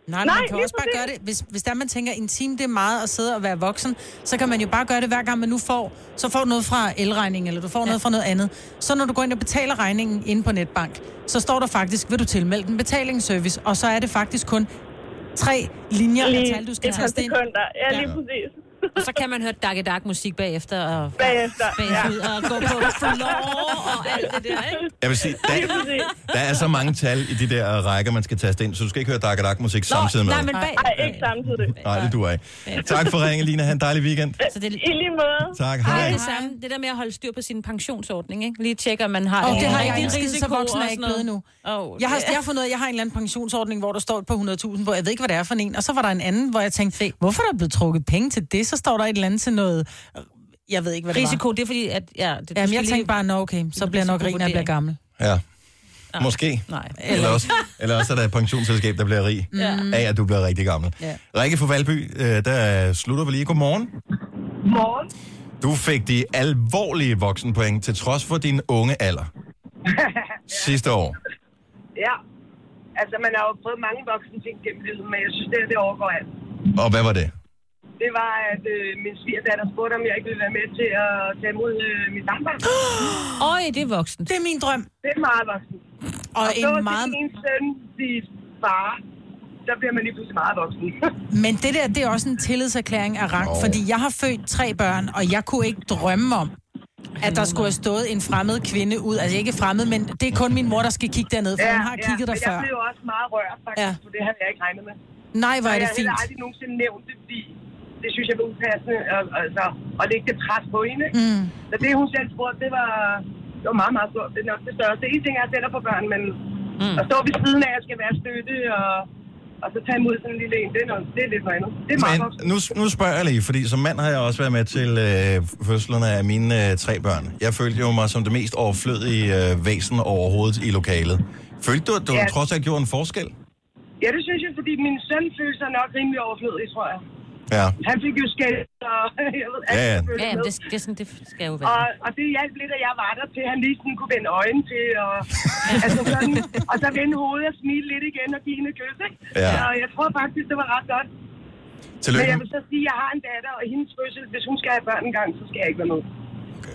Nej, man kan også bare gøre det, hvis, hvis der man tænker, intim det er meget at sidde og være voksen, så kan man jo bare gøre det hver gang, man nu får, så får du noget fra elregningen, eller du får ja. noget fra noget andet. Så når du går ind og betaler regningen inde på netbank, så står der faktisk, vil du tilmelde en betalingsservice, og så er det faktisk kun tre linjer af tal, du skal taste ind. Ja, lige præcis. Og så kan man høre Dark Dark musik bagefter og bagefter, bagefter ja. og gå på floor og alt det der, ikke? Jeg vil sige, der, der er så mange tal i de der rækker, man skal taste ind, så du skal ikke høre Dark Dark musik samtidig med. Nej, men bag... Nej, ikke samtidig. Nej, det duer ikke. Tak for ringen, Lina. Ha' en dejlig weekend. Så det er... I lige måde. Tak, hej. Det er det samme. Det der med at holde styr på sin pensionsordning, ikke? Lige tjekke, om man har... Og det, det har jeg jeg ikke skid, så voksen er ikke blevet nu. Oh, jeg, har, jeg har fundet ud af, at jeg har en eller anden pensionsordning, hvor der står på hundrede tusind, hvor jeg ved ikke, hvad det er for en. Og så var der en anden, hvor jeg tænkte, hvorfor er der blevet trukket penge til det? Så står der et eller andet til noget... Jeg ved ikke, hvad det risiko, var. det er fordi, at... Ja, det, Jamen, jeg tænkte bare, nå okay, så bliver jeg nok rig, når jeg bliver gammel. Ja. Måske. Nej. Eller også, eller også er der et pensionsselskab, der bliver rig ja. af, at du bliver rigtig gammel. Ja. Rikke fra Valby, der slutter vi lige. Godmorgen. Morgen. Du fik de alvorlige voksenpoint til trods for din unge alder. ja. Sidste år. Ja. Altså, man har jo prøvet mange voksne ting gennem livet, men jeg synes, det, det overgår alt. Og hvad var det? Det var, at øh, min svigerdatter spurgte, om jeg ikke ville være med til at tage imod øh, mit barnbarn. Øj, det er voksen. Det er min drøm. Det er meget voksen. Og, og en så meget... til min søn, sige far, der bliver man lige pludselig meget voksen. Men det der, det er også en tillidserklæring af rang, oh. fordi jeg har født tre børn, og jeg kunne ikke drømme om, at der skulle have stået en fremmed kvinde ud. Altså ikke fremmed, men det er kun min mor, der skal kigge derned, for ja, hun har ja, kigget der før. Jeg blev også meget rørt, faktisk, ja. For det havde jeg ikke regnet med. Nej, hvor er det fint. Jeg har aldrig nogensinde nævnt det, fordi det synes jeg var upassende, altså, at lægge det pres på hende. Mm. Så det, hun selv spurgte, det var, det var meget, meget stort. Det er nok det største. En ting er, at jeg sender på børn, men mm. at stå ved siden af, at jeg skal være støtte, og, og så tage imod sådan en lille en, det er, noget, det er lidt for andet. Det er meget men nu, nu spørger jeg lige, fordi som mand har jeg også været med til øh, fødslerne af mine øh, tre børn. Jeg følte jo mig som det mest overflødige øh, væsen overhovedet i lokalet. Følte du, at du ja. trods alt gjorde en forskel? Ja, det synes jeg, fordi min søn følte sig nok rimelig overflødig, tror jeg. Ja. Han fik jo skæld, og jeg ved, ja, ja. Ja, det, det, det, det skal jo være. Og, og det hjalp lidt, at jeg var der til, at han lige sådan kunne vende øjnene til, og, altså sådan, og så vende hovedet og smile lidt igen og give hende kys, ikke? Ja. Så jeg tror faktisk, det var ret godt. Tillykke. Men jeg vil så sige, at jeg har en datter, og hendes fødsel, hvis hun skal have børn en gang, så skal jeg ikke være med. Okay.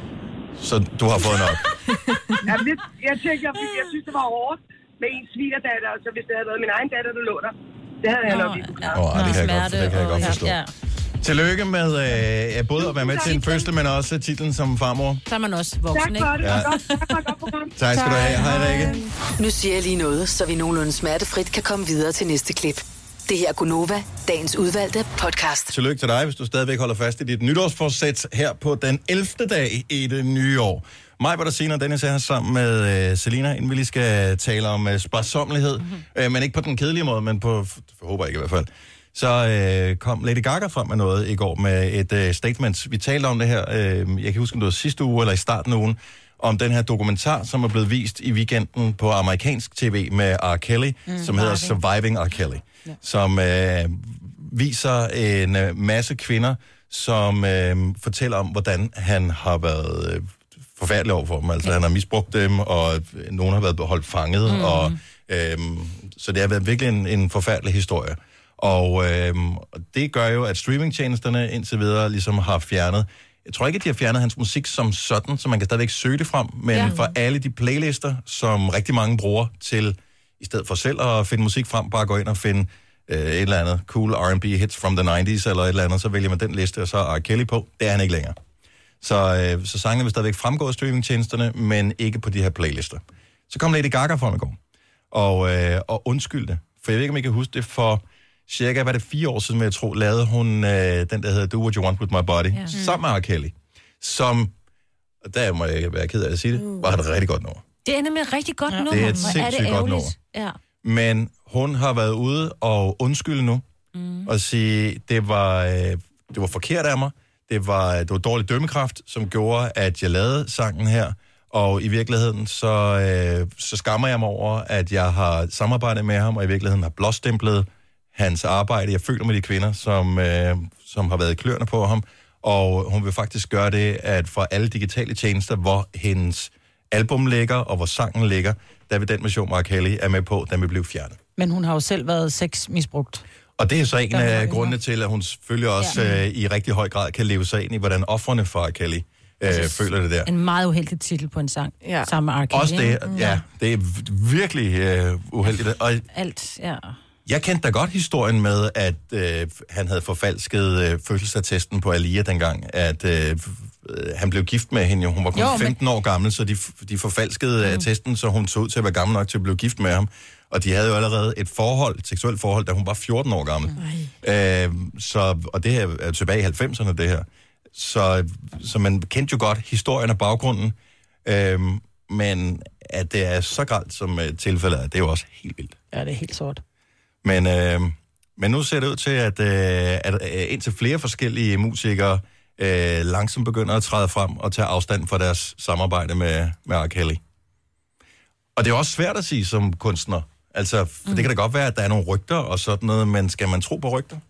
Så du har fået nok? Ja, det, jeg tænker, jeg, jeg synes, det var hårdt med en svigerdatter, så hvis det havde været min egen datter, der lå der, det havde jeg nok ikke. Åh, oh, det kan jeg godt, det kan jeg godt forstå. Ja. Tillykke med øh, både at være med til en fødsel, men også titlen som farmor. Så er man også voksen, ikke? Tak for det. Ja. Tak, godt, tak skal du have. Hej, Rikke. Nu siger jeg lige noget, så vi nogenlunde smertefrit kan komme videre til næste klip. Det her er Gunova, dagens udvalgte podcast. Tillykke til dig, hvis du stadigvæk holder fast i dit nytårsforsæt her på den ellevte dag i det nye år. Mig var der senere, Dennis er her sammen med uh, Selina, inden vi lige skal tale om uh, sparsommelighed. Mm-hmm. Uh, men ikke på den kedelige måde, men på, for håber jeg ikke i hvert fald. Så uh, kom Lady Gaga frem med noget i går med et uh, statement. Vi talte om det her, uh, jeg kan huske, om det var sidste uge eller i starten af ugen, om den her dokumentar, som er blevet vist i weekenden på amerikansk tv med R. Kelly, mm, som hedder Surviving R. Kelly. Ja. Som uh, viser en uh, masse kvinder, som uh, fortæller om, hvordan han har været... Uh, forfærdeligt over for dem. Altså, ja. Han har misbrugt dem, og nogen har været holdt fanget, mm. og øhm, så det har været virkelig en, en forfærdelig historie. Og øhm, det gør jo, at streamingtjenesterne indtil videre ligesom har fjernet, jeg tror ikke, at de har fjernet hans musik som sådan, så man kan stadigvæk søge det frem, men ja. for alle de playlister, som rigtig mange bruger til, i stedet for selv at finde musik frem, bare gå ind og finde øh, et eller andet cool R and B hits from the nineties, eller et eller andet, så vælger man den liste, og så er R. Kelly på. Det er han ikke længere. Så, øh, så sangene vil stadigvæk fremgå af streamingtjenesterne, men ikke på de her playlister. Så kom Lady Gaga frem i går, og, øh, og undskyldte. For jeg ved ikke, om I kan huske det, for cirka, var det fire år siden, jeg tror, lavede hun øh, den, der hedder Do What You Want With My Body, ja. sammen med R. Kelly, som, der må jeg være ked af at sige det, var et rigtig godt nummer. Det er nemlig rigtig godt ja. nummer. Det er et sindssygt godt nummer. Ja. Men hun har været ude og undskylde nu, mm. og sige, det var, øh, det var forkert af mig, Det var, det var dårlig dømmekraft, som gjorde, at jeg lavede sangen her. Og i virkeligheden, så, øh, så skammer jeg mig over, at jeg har samarbejdet med ham, og i virkeligheden har blåstemplet hans arbejde. Jeg føler med de kvinder, som, øh, som har været i kløerne på ham. Og hun vil faktisk gøre det, at for alle digitale tjenester, hvor hendes album ligger, og hvor sangen ligger, der vil den mission, R. Kelly er med på, den vil blive fjernet. Men hun har jo selv været sexmisbrugt. Og det er så en af grundene til, at hun selvfølgelig også Ja. øh, i rigtig høj grad kan leve sig ind i, hvordan offrene for R. Kelly øh, føler det der. En meget uheldig titel på en sang, Ja. sammen med R. Kelly. Også det, ja, det er virkelig øh, uheldigt. Og Alt, ja. jeg kendte da godt historien med, at øh, han havde forfalsket øh, fødselsattesten på Alia dengang, at øh, han blev gift med hende, jo. Hun var kun Jo, men- femten år gammel, så de, de forfalskede mm. attesten, så hun så ud til at være gammel nok til at blive gift med ham. Og de havde jo allerede et forhold, et seksuelt forhold, da hun var fjorten år gammel. Øh, så, og det her er tilbage i halvfemserne, det her. Så, så man kendte jo godt historien og baggrunden, øh, men at det er så grelt som uh, tilfældet er, det er jo også helt vildt. Ja, det er helt sort. Men, øh, men nu ser det ud til, at, øh, at øh, indtil flere forskellige musikere øh, langsomt begynder at træde frem og tage afstand fra deres samarbejde med, med R. Kelly. Og det er også svært at sige som kunstner. Altså, for mm. det kan da godt være, at der er nogle rygter og sådan noget, men skal man tro på rygter?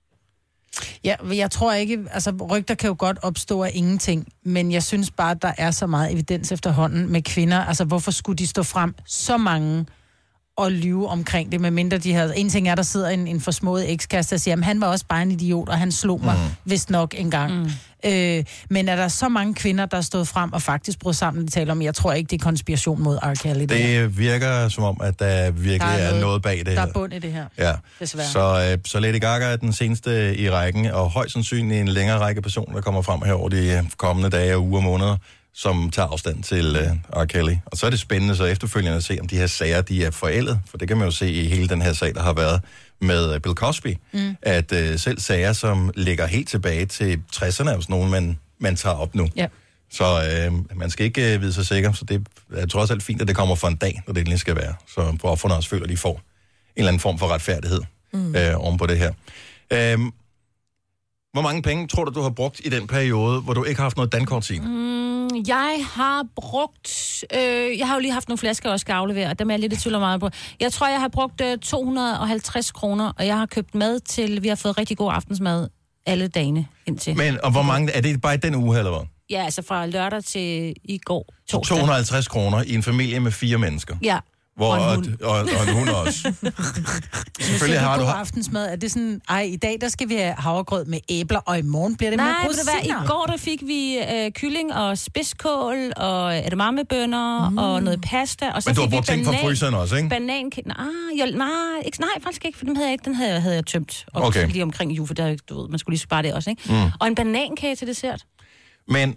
Ja, jeg tror ikke, altså rygter kan jo godt opstå af ingenting, men jeg synes bare, at der er så meget evidens efterhånden med kvinder. Altså, hvorfor skulle de stå frem så mange og lyve omkring det, medmindre de har... En ting er, der sidder en, en forsmået ekskæreste og siger, at han var også bare en idiot, og han slog mig mm. vist nok engang. Mm. Øh, men er der så mange kvinder, der er stået frem og faktisk brød sammen, de taler om, jeg tror ikke, det er konspiration mod R. Kelly. Det, Det virker som om, at der virkelig Der er er noget- noget bag det der her. er bund i det her, Ja, desværre. så, øh, så Lady Gaga er den seneste i rækken, og højst sandsynligt en længere række personer, der kommer frem her over de øh, kommende dage og uger og måneder, som tager afstand til øh, R. Kelly. Og så er det spændende så efterfølgende at se, om de her sager, de er forældet. For det kan man jo se i hele den her sag, der har været med øh, Bill Cosby. Mm. At øh, selv sager, som ligger helt tilbage til tresserne, er jo sådan nogle, man, man tager op nu. Ja. Så øh, man skal ikke øh, vide sig sikker. Så det er trods alt fint, at det kommer for en dag, når det endelig skal være. Så offerne også føler, at de får en eller anden form for retfærdighed mm. øh, oven på det her. Øh, hvor mange penge tror du, du har brugt i den periode, hvor du ikke har haft noget dankort, Signe? Mm, jeg har brugt... Øh, jeg har jo lige haft nogle flasker, jeg også skal aflevere, og dem er jeg lidt i tvivl om meget på. Jeg tror, jeg har brugt øh, to hundrede og halvtreds kroner, og jeg har købt mad til... Vi har fået rigtig god aftensmad alle dagene indtil. Men, og hvor mange, er det bare i den uge, eller hvad? Ja, altså fra lørdag til i går, Så torsdag. to hundrede og halvtreds kroner i en familie med fire mennesker. Ja. Hvor, Og og, en hund. og, og en hund også. Selvfølgelig har du... god Har, aftensmad. Er det sådan, ej, i dag der skal vi have havregrød med æbler, og i morgen bliver det Nej, med ved du hvad, rosiner. i går der fik vi øh, kylling og spidskål og edamamebønner mm. og noget pasta. Og så men du har fik vi brugt ting fra fryseren også, ikke? Banan... Nej, jeg, nej, ikke, nej, faktisk ikke, for dem havde jeg ikke. Den havde, jeg- havde jeg tømt op Okay. lige omkring jul, for der, du ved, man skulle lige spare det også, ikke? Mm. Og en banankage til dessert. Men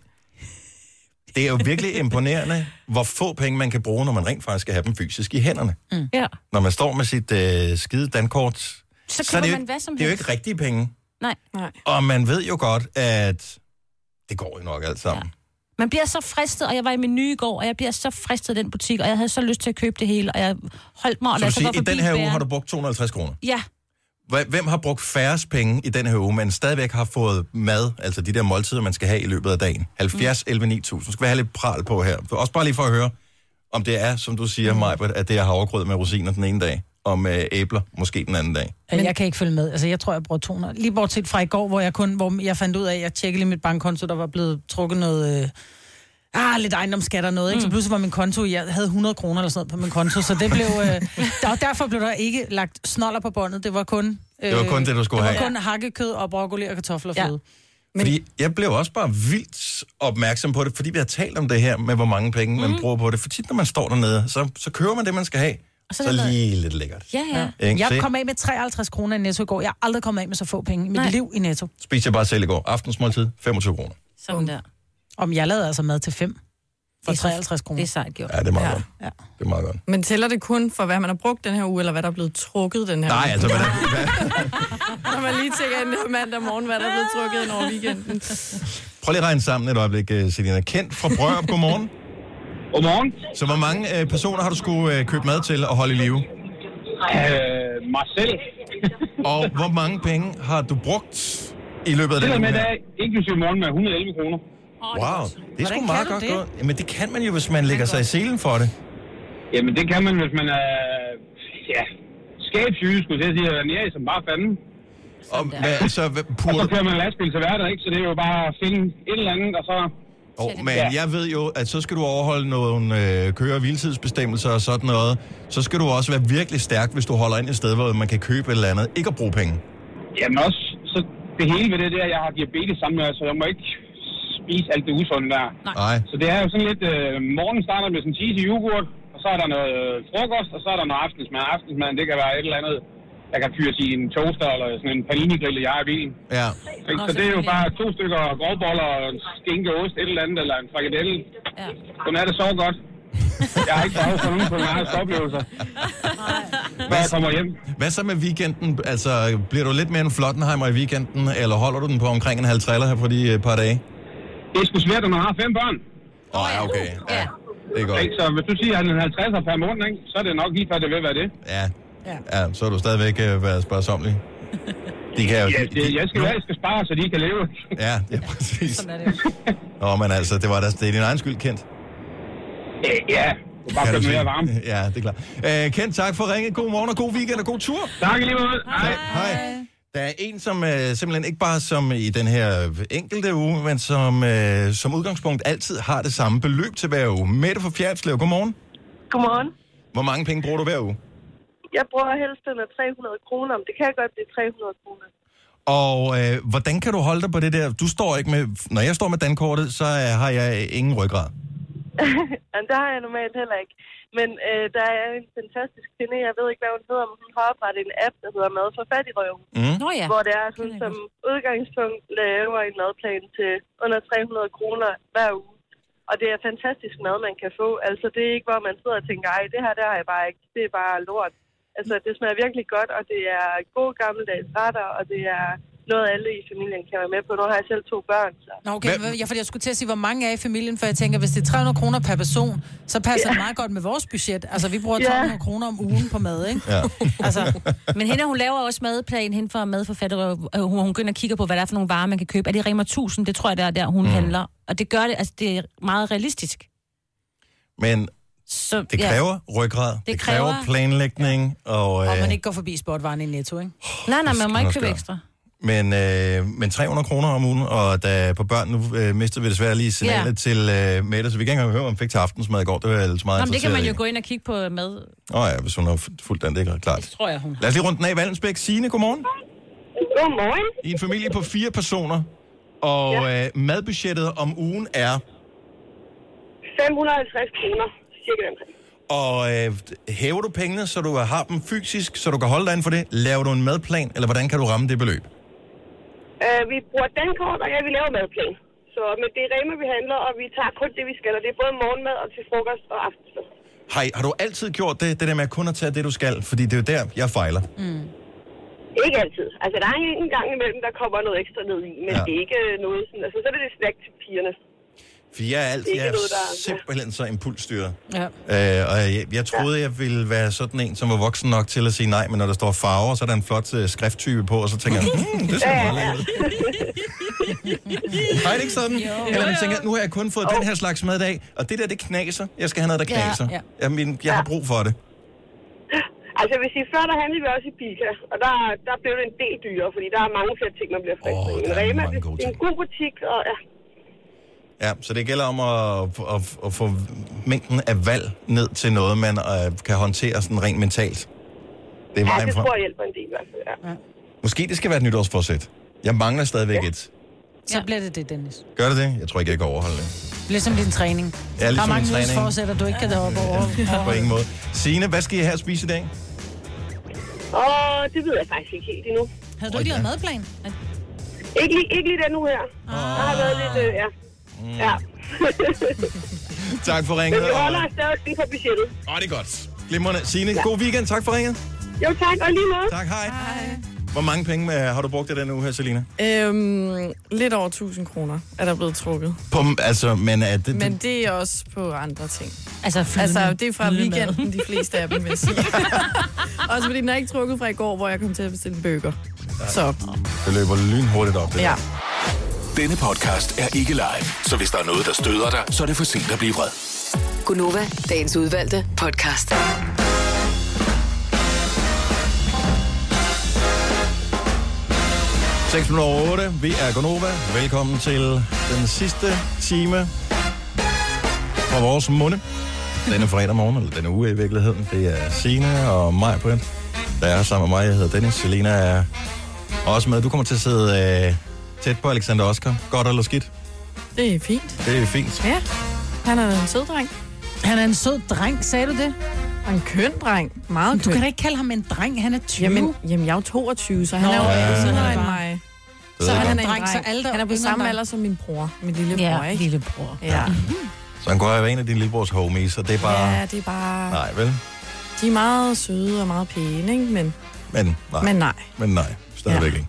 det er jo virkelig imponerende, hvor få penge man kan bruge, når man rent faktisk skal have dem fysisk i hænderne. Mm. Ja. Når man står med sit øh, skide dankort, Så så er køber det, jo man ikke, hvad som det er jo helst. ikke rigtige penge. Nej. Nej. Og man ved jo godt, at det går jo nok alt sammen. Ja. Man bliver så fristet, og jeg var i Meny i går, og jeg bliver så fristet af den butik, og jeg havde så lyst til at købe det hele, og jeg holdt mig, og Så da du jeg så siger, var i forbi den her uge bæren- har du brugt to hundrede og halvtreds kroner? Ja. Hva- Hvem har brugt færrest penge i den her uge, men stadigvæk har fået mad, altså de der måltider, man skal have i løbet af dagen? halvfjerds elleve ni tusind. Skal vi have lidt pral på her? For også bare lige for at høre, om det er, som du siger, mm. Majbert, at det er havregrød med rosiner den ene dag, og med æbler måske den anden dag. Men jeg kan ikke følge med. Altså, jeg tror, jeg bruger to hundrede. Lige bortset fra i går, hvor jeg kun, hvor jeg fandt ud af, at jeg tjekkede lige mit bankkonto, der var blevet trukket noget... Øh, ah, lidt ejendomsskat og noget, ikke? Så pludselig var min konto, jeg havde hundrede kroner eller sådan noget på min konto, så det blev... Øh, der, og derfor blev der ikke lagt snoller på båndet. Det var kun... Øh, Det var kun det, du skulle det have. var kun hakkekød og broccoli og kartofler og Ja. fløde. Fordi jeg blev også bare vildt opmærksom på det, fordi vi har talt om det her med, hvor mange penge man mm. bruger på det. For tit, når man står dernede, så, så køber man det, man skal have. Og så Så er det lige lidt lækkert. Ja, ja. Ikke? Jeg Se, kom af med treoghalvtreds kroner i Netto i går. Jeg har aldrig kommet af med så få penge i mit Nej. liv i Netto. spiste jeg bare selv i går. Aftensmåltid, femogtyve kroner. Sådan der. Om jeg lavede altså mad til fem for Det er så- treoghalvtreds kroner. Det er sejt gjort. Ja, det er meget Ja. godt. Ja. Det er meget godt. Men tæller det kun for, hvad man har brugt den her uge, eller hvad der er blevet trukket den her Nej, uge? altså, hvad, hvad, Når man lige tænker ind det mandag morgen, hvad der er blevet trukket ind over weekenden. prøv lige at regne sammen et øjeblik, uh, Selina. Kendt fra Brørup, godmorgen. Godmorgen. Så hvor mange uh, personer har du skulle uh, købe mad til at holde i live? Øh, mig selv. Og hvor mange penge har du brugt i løbet af den Til og uge med her? dag, inklusive morgen med et hundrede og elleve kroner. Wow, det er sgu Hvordan meget kan godt du det? gået. Jamen det kan man jo, hvis man lægger sig i selen for det. Jamen, det kan man, hvis man er... Ja, skabssyge, skulle jeg sige, at nære som bare fanden. Og hvad, så hvad, Og så pur, kører man lastbil til hverdag, ikke? Så det er jo bare at finde et eller andet, og så Oh, men ja. jeg ved jo, at så skal du overholde nogle øh, køre- og hviletidsbestemmelser og sådan noget. Så skal du også være virkelig stærk, hvis du holder ind et sted, hvor man kan købe et eller andet. Ikke at bruge penge. Jamen også, så det hele ved det der, jeg har diabetes sammen med, så jeg må ikke spise alt det usunde der. Nej. Så det er jo sådan lidt, øh, morgen starter med sådan en cheesy yoghurt, og så er der noget øh, frokost, og så er der noget aftensmad. Aftensmad, det kan være et eller andet, der kan fyres i en toaster eller sådan en panini-grill, jeg er i bilen. Ja. Så, så det er jo bare to stykker grovboller og en skinke ost, et eller andet, eller en frikadelle. Ja. Sådan er det så godt. Jeg har ikke behov for nogen på mine oplevelser. Når jeg kommer hjem. Hvad så med weekenden? Altså, bliver du lidt mere en Flottenheimer i weekenden, eller holder du den på omkring en halv triller her på de uh, par dage? Det er sgu svært, når man har fem børn. Åh, oh, ja, okay. Ja, det er godt. Så hvis du siger, at han er halvtredser per måned, ikke, så er det nok lige før, det vil være det. Ja, ja så er du stadigvæk uh, været spørgsomlig. De kan jo... Ja, det, jeg skal være, jeg skal spare, så de kan leve. Ja, ja, præcis. Sådan er det jo. Nå, men altså, det var da, det er din egen skyld, Kent. Ja, bare gøre mere varme. Ja, det er klart. Uh, Kent, tak for ringet. God morgen og god weekend og god tur. Tak lige måde. Hej. Hej. Der er en, som uh, simpelthen ikke bare som i den her enkelte uge, men som uh, som udgangspunkt altid har det samme beløb til hver uge. Mette fra Fjerdslev, godmorgen. Godmorgen. Hvor mange penge bruger du hver uge? Jeg bruger helst den af tre hundrede kroner, men det kan godt blive tre hundrede kroner. Og øh, hvordan kan du holde dig på det der? Du står ikke med... Når jeg står med dankortet, så øh, har jeg ingen ryggrad. Det har jeg normalt heller ikke. Men øh, der er en fantastisk kvinde, jeg ved ikke, hvad hun hedder, men hun har oprettet en app, der hedder Mad for Fattigrøven. Mm. Nå ja. Hvor det er sådan, som udgangspunkt laver en madplan til under tre hundrede kroner hver uge. Og det er fantastisk mad, man kan få. Altså, det er ikke, hvor man sidder og tænker, ej, det her, der har jeg bare ikke. Det er bare lort. Altså, det smager virkelig godt, og det er gode gammeldags retter, og det er noget, alle i familien kan være med på. Nu har jeg selv to børn, så... Nå, okay. Jeg, fordi jeg skulle til at sige, hvor mange er i familien, for jeg tænker, hvis det er tre hundrede kroner per person, så passer ja. det meget godt med vores budget. Altså, vi bruger tre hundrede kroner om ugen på mad, ikke? Ja. Altså, men hende, hun laver også madplan hende for madforfattere. Hun, hun går ind og kigger på, hvad der er for nogle varer, man kan købe. Er det Rema tusind? Det tror jeg, der er der, hun mm. handler. Og det gør det, altså, det er meget realistisk. Men... Så, det kræver ja. ryggrad, det, det kræver, kræver planlægning, ja. og... Øh... Og man ikke går forbi sportvaren i Netto, ikke? Nej, nej, man må ikke købe ekstra. Men, øh, men tre hundrede kroner om ugen, og da på børn, nu øh, mistede vi desværre lige signalet ja. til øh, Mette, så vi kan ikke engang høre, om hun fik til aftensmad i går. Det var ellers meget Jamen, det kan man jo gå ind og kigge på mad. Åh oh, ja, hvis hun har fulgt den, det er klart. Det tror jeg, hun Lad os lige rundt den af. Vallensbæk. Signe, godmorgen. Godmorgen. I en familie på fire personer, og ja. øh, madbudgettet om ugen er... fem hundrede og halvtreds kroner, cirka den. Og øh, hæver du pengene, så du har dem fysisk, så du kan holde dig inden for det? Laver du en madplan, eller hvordan kan du ramme det beløb? Uh, vi bruger dankort, og ja, vi laver madplan. Så med det er Rema, vi handler, og vi tager kun det, vi skal. Og det er både morgenmad og til frokost og aftensmad. Hej, har du altid gjort det, det der med at kun at tage det, du skal? Fordi det er jo der, jeg fejler. Mm. Ikke altid. Altså, der er en gang imellem, der kommer noget ekstra ned i, men ja. det er ikke noget sådan... Altså, så er det det snack til pigerne. For jeg er, altid, jeg er noget, der... simpelthen så impulsstyret. Ja. Øh, og jeg, jeg troede, jeg ville være sådan en, som var voksen nok til at sige nej, men når der står farver, så er der en flot uh, skrifttype på, og så tænker jeg, hmm, det ser ja, meget ja. ud. Nej, det ikke sådan? Jo. Eller man tænker, nu har jeg kun fået oh. den her slags mad i dag, og det der, det knaser. Jeg skal have noget, der knaser. Ja, ja. Jeg, min, jeg har brug for det. Altså, jeg vil sige, før der handlede vi også i Bilka, og der, der blev det en del dyrere, fordi der er mange flere ting, man bliver fristet. Åh, oh, der er Rema, mange gode ting. Det er en god butik, og ja. Ja, så det gælder om at, at, at få mængden af valg ned til noget, man uh, kan håndtere sådan rent mentalt. Det er ja, det tror jeg hjælper en del i hvert fald, ja. Måske det skal være et nytårsforsæt. Jeg mangler stadigvæk ja. et. Så bliver det det, Dennis. Gør det det? Jeg tror ikke, jeg kan overholde det. Det bliver som din træning. Ja, ligesom der er mange nytårsforsætter, du ikke kan deroppe over. På ingen måde. Signe, hvad skal I have at spise i dag? Åh, oh, det ved jeg faktisk ikke helt endnu. Havde du ikke lavet madplan? Ikke lige, ikke lige den nu her. Ah. Der har været lidt, øh, ja. Mm. Ja. Tak for ringet. Men vi holder os stadig på budgettet. Åh, oh, det er godt. Glimrende. Signe, ja. God weekend. Tak for ringet. Jo, tak. Og lige måde. Tak, hej. Hej. Hvor mange penge har du brugt i den uge her, Selina? Øhm, lidt over tusind kroner er der blevet trukket. På, altså, men er det... Men det er også på andre ting. Altså, flydende, altså det er fra weekenden, de fleste af dem, vil jeg sige. Også fordi den er ikke trukket fra i går, hvor jeg kom til at bestille en burger. Så. Det løber lynhurtigt op, det ja. Der. Denne podcast er ikke live, så hvis der er noget, der støder dig, så er det for sent at blive vred. Gunova, dagens udvalgte podcast. seks minutter over otte. Vi er Gunova. Velkommen til den sidste time fra vores munde. Denne fredag morgen, eller denne uge i virkeligheden. Det er Signe og mig, Brian, der er sammen med mig. Jeg hedder Dennis. Selena er også med. Du kommer til at sidde øh, tæt på Alexander Oscar. Godt eller skidt? Det er fint. Det er fint. Ja, han er en sød dreng. Han er en sød dreng, sagde du det? Og en køn dreng. Meget køn. Du kan da ikke kalde ham en dreng, han er tyve. Jamen, jamen jeg er jo toogtyve, så han Nå, er jo ja. yngre end mig. Så han er en en dreng, så dreng. alle der Han er på yngre samme end alder som min bror. Min lillebror, Ja, ikke? lillebror. Ja. Så han går jo være en af dine lillebrors homies, og det er bare... Ja, det er bare... Nej, vel? De er meget søde og meget pæne, ikke? Men, Men nej. men nej. Men nej. Stadigvæk Ja. ikke.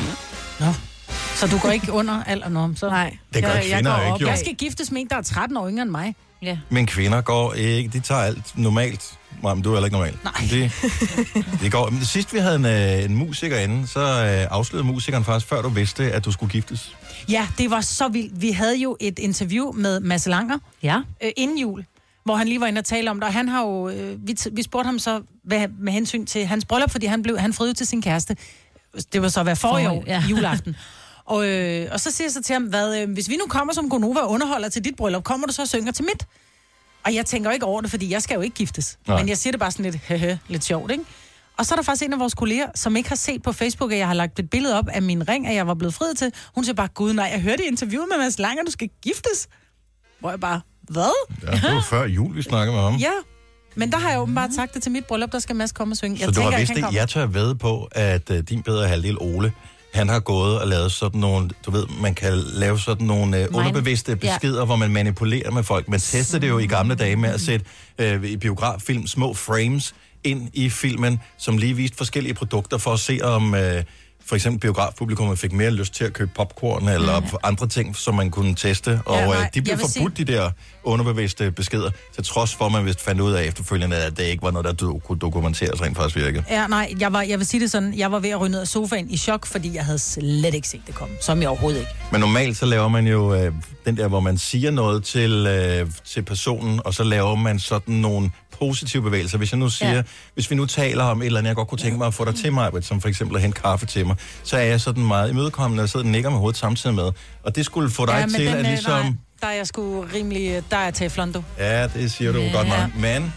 Nå. Så du går ikke under aldernorm, så? Nej. Det gør jeg, kvinder jeg går ikke, op jo. Jeg skal giftes med en, der er tretten år yngre end mig. Ja. Men kvinder går ikke, de tager alt normalt. Nej, men du er heller ikke normal. Nej. De, de går. Men sidst vi havde en, øh, en musiker inde, så øh, afslørede musikeren faktisk, før du vidste, at du skulle giftes. Ja, det var så vildt. Vi havde jo et interview med Mads Langer Ja. øh, inden jul, hvor han lige var inde og tale om det, og han har jo, øh, vi, t- vi spurgte ham så hvad, med hensyn til hans bryllup, fordi han blev han friede til sin kæreste. Det var så hver forrige år, Ja. juleaften. Og, øh, og så siger jeg så til ham, hvad, øh, hvis vi nu kommer som Gonova og underholder til dit bryllup, kommer du så og synger til mit? Og jeg tænker jo ikke over det, fordi jeg skal jo ikke giftes. Nej. Men jeg siger det bare sådan lidt, hehe, lidt sjovt, ikke? Og så er der faktisk en af vores kolleger, som ikke har set på Facebook, at jeg har lagt et billede op af min ring, at jeg var blevet friet til. Hun siger bare, gud nej, jeg hørte i interviewet med Mads Langer, du skal giftes. Hvor jeg bare, hvad? Ja, det var før jul, vi snakkede med ham. Ja, men der har jeg åbenbart sagt det til mit bryllup, der skal Mads komme og synge. Jeg Så du tænker, har vidst han det. kommer. Jeg tør ved på, at uh, din bedre halvdel Ole, han har gået og lavet sådan nogle, du ved, man kan lave sådan nogle uh, underbevidste beskeder, ja. hvor man manipulerer med folk. Man testede det jo i gamle dage med at sætte uh, i biograffilm små frames ind i filmen, som lige viste forskellige produkter for at se, om uh, for eksempel biografpublikummet fik mere lyst til at købe popcorn eller mm. andre ting, som man kunne teste. Og Ja, nej, uh, de blev jeg vil forbudt, de der underbevidste beskeder, til trods for, at man vist fandt ud af efterfølgende, at det ikke var noget, der du kunne dokumenteres rent faktisk virkede. Ja, nej, jeg, var, jeg vil sige det sådan, jeg var ved at ryge ned af sofaen i chok, fordi jeg havde slet ikke set det komme, som jeg overhovedet ikke. Men normalt så laver man jo øh, den der, hvor man siger noget til, øh, til personen, og så laver man sådan nogle positive bevægelser. Hvis jeg nu siger, ja. hvis vi nu taler om et eller andet, jeg godt kunne tænke mig at få dig til mig, som for eksempel at hente kaffe til mig, så er jeg sådan meget imødekommende og sidder og nikker med hovedet samtidig med. Og det skulle få dig ja, til den, at ligesom... Nej, der er jeg sgu rimelig, der er teflon, du. Ja, det siger du Ja. godt nok. Men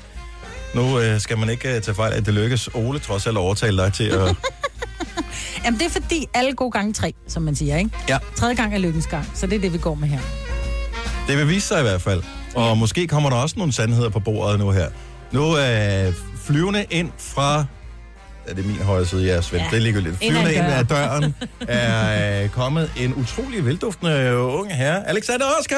nu øh, skal man ikke øh, tage fejl af, at det lykkes Ole trods alt at overtale dig til at... Jamen, det er fordi alle gode gange tre, som man siger, ikke? Ja. Tredje gang er lykkens gang, så det er det, vi går med her. Det vil vise sig i hvert fald. Og måske kommer der også nogle sandheder på bordet nu her. Nu er øh, flyvende ind fra... Ja, det er min højre side, ja, Svend. Ja. Det er ligegyldigt. Flyvende ind ad døren er øh, kommet en utrolig velduftende unge herre. Alexander Oscar!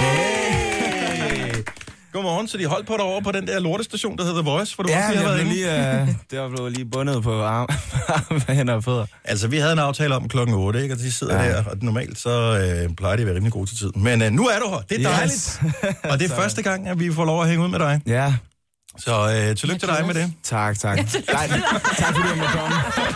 Yay! Godmorgen, så de holdt på dig over på den der lortestation, der hedder The Voice, for du Ja, også lige har været inde. lige, uh, det var blevet lige bundet på arm, hænder og fødder. Altså, vi havde en aftale om klokken otte, ikke? Og de sidder ja. der, og normalt så øh, plejer de at være rimelig gode til tiden. Men øh, nu er du her. Det er dejligt. Yes. Og det er første gang, at vi får lov at hænge ud med dig. Ja. Så øh, tillykke til dig med det. Tak, tak. Nej, tak fordi jeg måtte komme.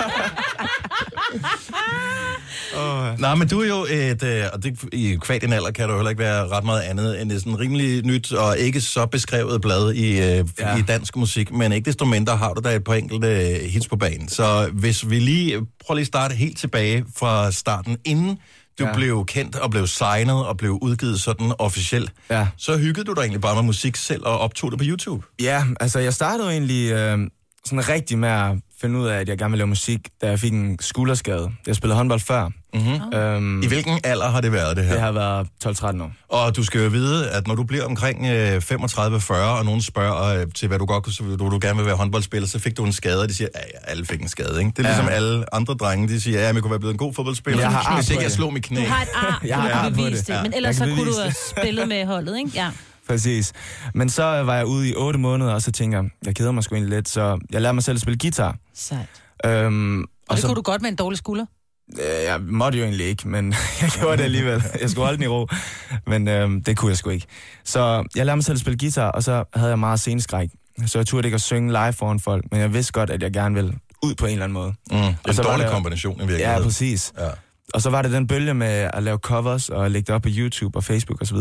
Oh. Nej, men du er jo et, øh, og det, i kvad din alder kan du heller ikke være ret meget andet end et sådan rimelig nyt og ikke så beskrevet blad i, øh, ja. i dansk musik, men ikke desto mindre har du da et par enkelte øh, hits på banen. Så hvis vi lige prøver lige at starte helt tilbage fra starten, inden du ja. blev kendt og blev signet og blev udgivet sådan officielt, ja. så hyggede du dig egentlig bare med musik selv og optog det på YouTube? Ja, altså jeg startede egentlig øh, sådan rigtig med at finde ud af, at jeg gerne ville lave musik, da jeg fik en skulderskade. Jeg spillede håndbold før. Mm-hmm. Øhm, I hvilken alder har det været, det her? Det har været tolv tretten år. Og du skal jo vide, at når du bliver omkring øh, femogtredive fyrre, og nogen spørger øh, til, hvad du godt kunne, du, du gerne vil være håndboldspiller, så fik du en skade, og de siger, ja, ja, alle fik en skade, ikke? Det er ja. ligesom alle andre drenge, de siger, ja, jeg kunne være blevet en god fodboldspiller, jeg har hvis ikke jeg slog mit knæ. Du har et ar, jeg har du ar kan bevise det, men ellers så kunne du have spillet med holdet, ikke? Ja. Præcis. Men så var jeg ude i otte måneder, og så tænker jeg, jeg keder mig sgu egentlig lidt, så jeg lærte mig selv at spille guitar. Sejt. Øhm, og, og det så, kunne du godt med en dårlig skulder? Øh, jeg måtte jo egentlig ikke, men jeg gjorde det alligevel. Jeg skulle holde den i ro, men øhm, det kunne jeg sgu ikke. Så jeg lærte mig selv at spille guitar, og så havde jeg meget sceneskræk. Så jeg turde ikke at synge live foran folk, men jeg vidste godt, at jeg gerne ville ud på en eller anden måde. Mm, det er og så en dårlig det, kombination i virkeligheden. Ja, præcis. Ja. Og så var det den bølge med at lave covers og lægge det op på YouTube og Facebook og så videre.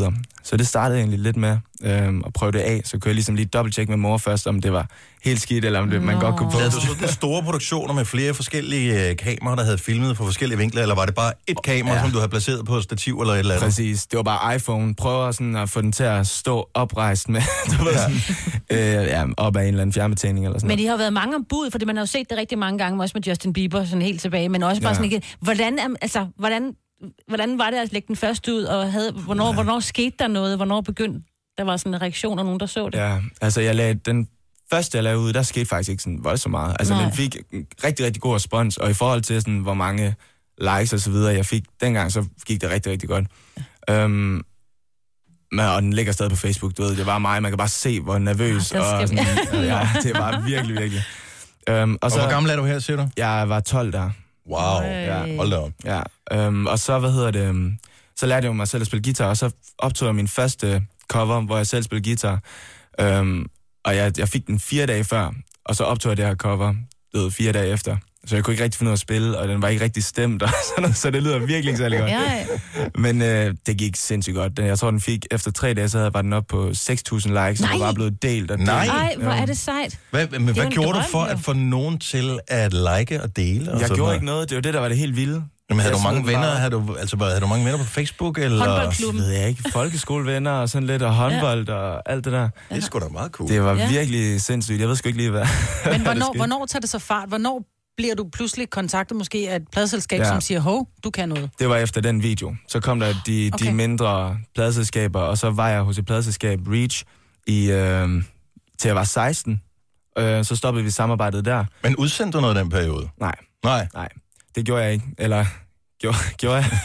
så det startede egentlig lidt med øhm, at prøve det af. Så kunne jeg ligesom lige dobbelttjekke med mor først, om det var helt skidt, eller om det, man godt kunne få. Havde du sådan store produktioner med flere forskellige øh, kameraer, der havde filmet fra forskellige vinkler, eller var det bare et kamera, ja. som du havde placeret på stativ eller et eller andet? Præcis, det var bare iPhone. Prøver sådan at få den til at stå oprejst med, du ved, ja. sådan, øh, ja, op ad en eller anden fjernbetjening eller sådan Men noget. de har været mange om bud, fordi man har jo set det rigtig mange gange, også med Justin Bieber, sådan helt tilbage, men også bare ja. sådan ikke... Hvordan, altså, hvordan, hvordan var det at lægge den først ud, og havde, hvornår, ja. hvornår skete der noget? Hvornår begyndte der var sådan en reaktion, og nogen, der så det? Ja, altså jeg lagde den første, jeg lavede ud, der skete faktisk ikke sådan voldsomt meget. Altså, Nej. den fik rigtig, rigtig god respons, og i forhold til sådan, hvor mange likes og så videre, jeg fik dengang, så gik det rigtig, rigtig godt. Ja. Øhm, men, og den ligger stadig på Facebook, du ved, det var mig, man kan bare se, hvor nervøs, ja, og sådan, ja, det var virkelig, virkelig. Øhm, og, og så, hvor gammel er du her, siger du? Jeg var tolv der. Wow, ja. Hold da op. Ja, øhm, og så, hvad hedder det, øhm, så lærte jeg jo mig selv at spille guitar, og så optog jeg min første cover, hvor jeg selv spillede guitar. Øhm, og jeg, jeg fik den fire dage før, og så optog jeg det her cover, det ved, fire dage efter. Så jeg kunne ikke rigtig finde ud af at spille, og den var ikke rigtig stemt, og sådan noget, så det lyder virkelig ikke særlig godt. Ja, ja. Men øh, det gik sindssygt godt. Jeg tror, den fik, efter tre dage, så var den op på seks tusind likes, Nej. og var blevet delt. Og delt. Nej. Ej, hvor er det sejt. Hvad, men hvad gjorde drøm, du for jo. at få nogen til at like og dele? Og jeg sådan gjorde noget? ikke noget, det var det, der var det helt vilde. Jamen, havde jeg du mange venner? bare... Havde du, altså, havde du mange venner på Facebook? Eller? Håndboldklubben. Det ved jeg ikke. Folkeskolevenner og sådan lidt, og håndbold ja. og alt det der. Det er sgu da meget cool. Det var ja. virkelig sindssygt. Jeg ved sgu ikke lige, hvad... Men hvornår, hvornår tager det så fart? Hvornår bliver du pludselig kontaktet måske af et pladselskab, ja. som siger, hov, du kan noget? Det var efter den video. Så kom der de, okay. de mindre pladselskaber, og så var jeg hos et pladselskab, Reach, i, øh, til jeg var seksten. Øh, så stoppede vi samarbejdet der. Men udsendte du noget i den periode? Nej. Nej? Nej, det gjorde jeg ikke. Eller... Gjorde, gjorde jeg?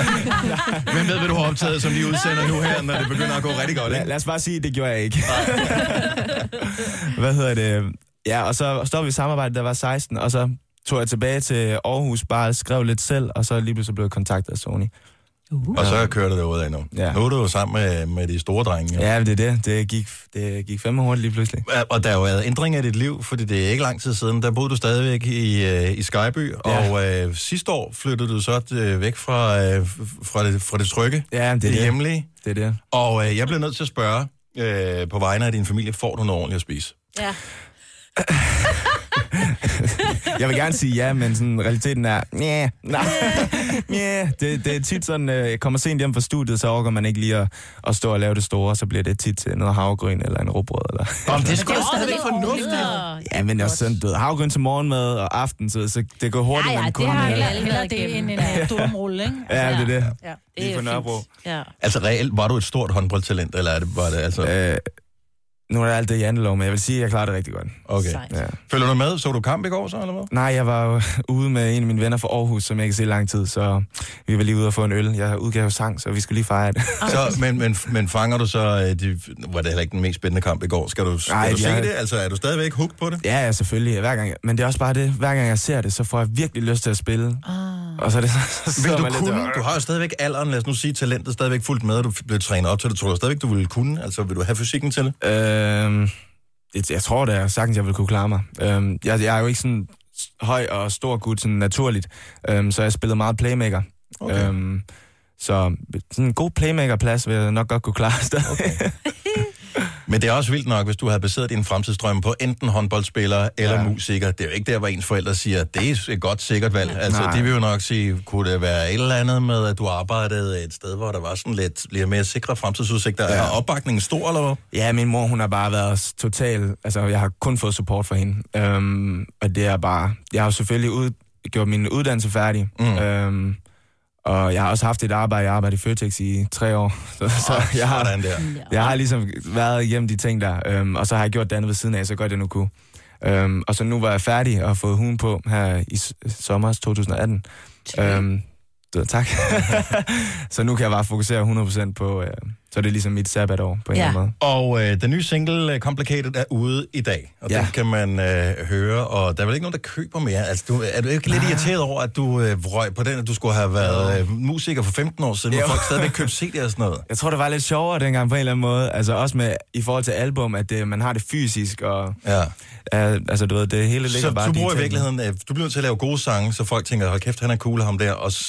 Hvem ved, hvad du har optaget, som de udsender nu her, når det begynder at gå rigtig godt, ikke? Lad, lad os bare sige, det gjorde jeg ikke. Hvad hedder det? Ja, og så stoppede vi samarbejdet, der var seksten, og så tog jeg tilbage til Aarhus, bare skrev lidt selv, og så lige pludselig blev jeg kontaktet af Sony. Uh. Og så kører det derude af nu. Ja. Nu er du jo sammen med, med de store drenge. Ja, det er det. Det gik, det gik fandme hurtigt lige pludselig. Og der er jo været ændringer i dit liv, fordi det er ikke lang tid siden. Der boede du stadigvæk i, i Skyby, ja. og øh, sidste år flyttede du så øh, væk fra, øh, fra, det, fra det trygge, ja, det, er det, det hjemlige. Det er det. Og øh, jeg bliver nødt til at spørge, øh, på vegne af din familie, får du noget ordentligt at spise? Ja. Jeg vil gerne sige ja, men sådan, realiteten er, nej, nej, det, det er tit sådan, jeg kommer sent hjem fra studiet, så overgår man ikke lige at, at stå og lave det store, så bliver det tit til noget havregryn eller en råbrød. Eller. Om det er sgu da stadigvæk fornuftigt. Ja, men også sådan, du ved, havregryn til morgenmad og aften, så, så det går hurtigt, ja, ja, men kun... det har Eller, alle eller det er en, en, en durumrulle, ikke? Ja, det er det. Ja. Lige på Nørrebro. Ja. Altså reelt, var du et stort håndboldtalent, eller er det, var det altså... Øh, nu er det alt det, Jantelov, men jeg vil sige, at jeg klarer det rigtig godt. Okay. Ja. Følger du med? Så du kamp i går så, eller hvad? Nej, jeg var jo ude med en af mine venner fra Aarhus, som jeg ikke kan se lang tid, så vi var lige ude og få en øl. Jeg udgav sang, så vi skulle lige fejre det. Så, men, men, men fanger du så... De, var det heller ikke den mest spændende kamp i går? Skal du, skal Ej, du se jeg... det? Altså, er du stadigvæk hooked på det? Ja, ja, selvfølgelig. Hver gang, men det er også bare det, hver gang jeg ser det, så får jeg virkelig lyst til at spille. Ah. Og så er det så, så vil du lidt, kunne? Du har jo stadigvæk alderen, lad os nu sige, talentet stadigvæk fuldt med, og du blev trænet op til det. Tror du stadigvæk, du ville kunne? Altså, vil du have fysikken til det? Øhm, det jeg tror da sagtens, jeg vil kunne klare mig. Øhm, jeg, jeg er jo ikke sådan høj og stor gut, sådan naturligt, øhm, så jeg spillede meget playmaker. Okay. Øhm, så sådan en god playmaker-plads vil jeg nok godt kunne klare stadig. Okay. Men det er også vildt nok, hvis du havde baseret din fremtidsdrømme på enten håndboldspiller eller ja. musiker. Det er jo ikke der, hvor ens forældre siger, det er et godt sikkert valg. Altså, Nej. de vil jo nok sige, kunne det være et eller andet med, at du arbejdede et sted, hvor der var sådan lidt, lidt mere sikre fremtidsudsigter? Ja. Er opbakningen stor, eller hvad? Ja, min mor, hun har bare været total... Altså, jeg har kun fået support fra hende. Øhm, og det er bare... Jeg har jo selvfølgelig ud, gjort min uddannelse færdig. Mm. Øhm, Og jeg har også haft et arbejde, jeg arbejder i Føtex i tre år. Så, så oh, jeg, har, der. jeg har ligesom været igennem de ting der. Øhm, og så har jeg gjort det andet ved siden af, så godt jeg nu kunne. Øhm, og så nu var jeg færdig og har fået hugen på her i sommer to tusind atten. Øhm, det, tak. Så nu kan jeg bare fokusere hundrede procent på... Øh, så er det ligesom mit sabbatår på en ja. eller anden måde. Og øh, den nye single, Complicated, er ude i dag. Og ja. den kan man øh, høre, og der er vel ikke nogen, der køber mere. Altså, du, er du ikke lidt irriteret over, at du øh, røg på den, at du skulle have været øh, musiker for femten år siden, jo. Hvor folk stadigvæk købte C D'er og sådan noget? Jeg tror, det var lidt sjovere dengang på en eller anden måde. Altså også med, i forhold til album, at det, man har det fysisk, og ja. øh, altså du ved, det hele ligger så bare... Så du bruger i virkeligheden, øh, du bliver nødt til at lave gode sange, så folk tænker, hold kæft, han er cool ham der, og så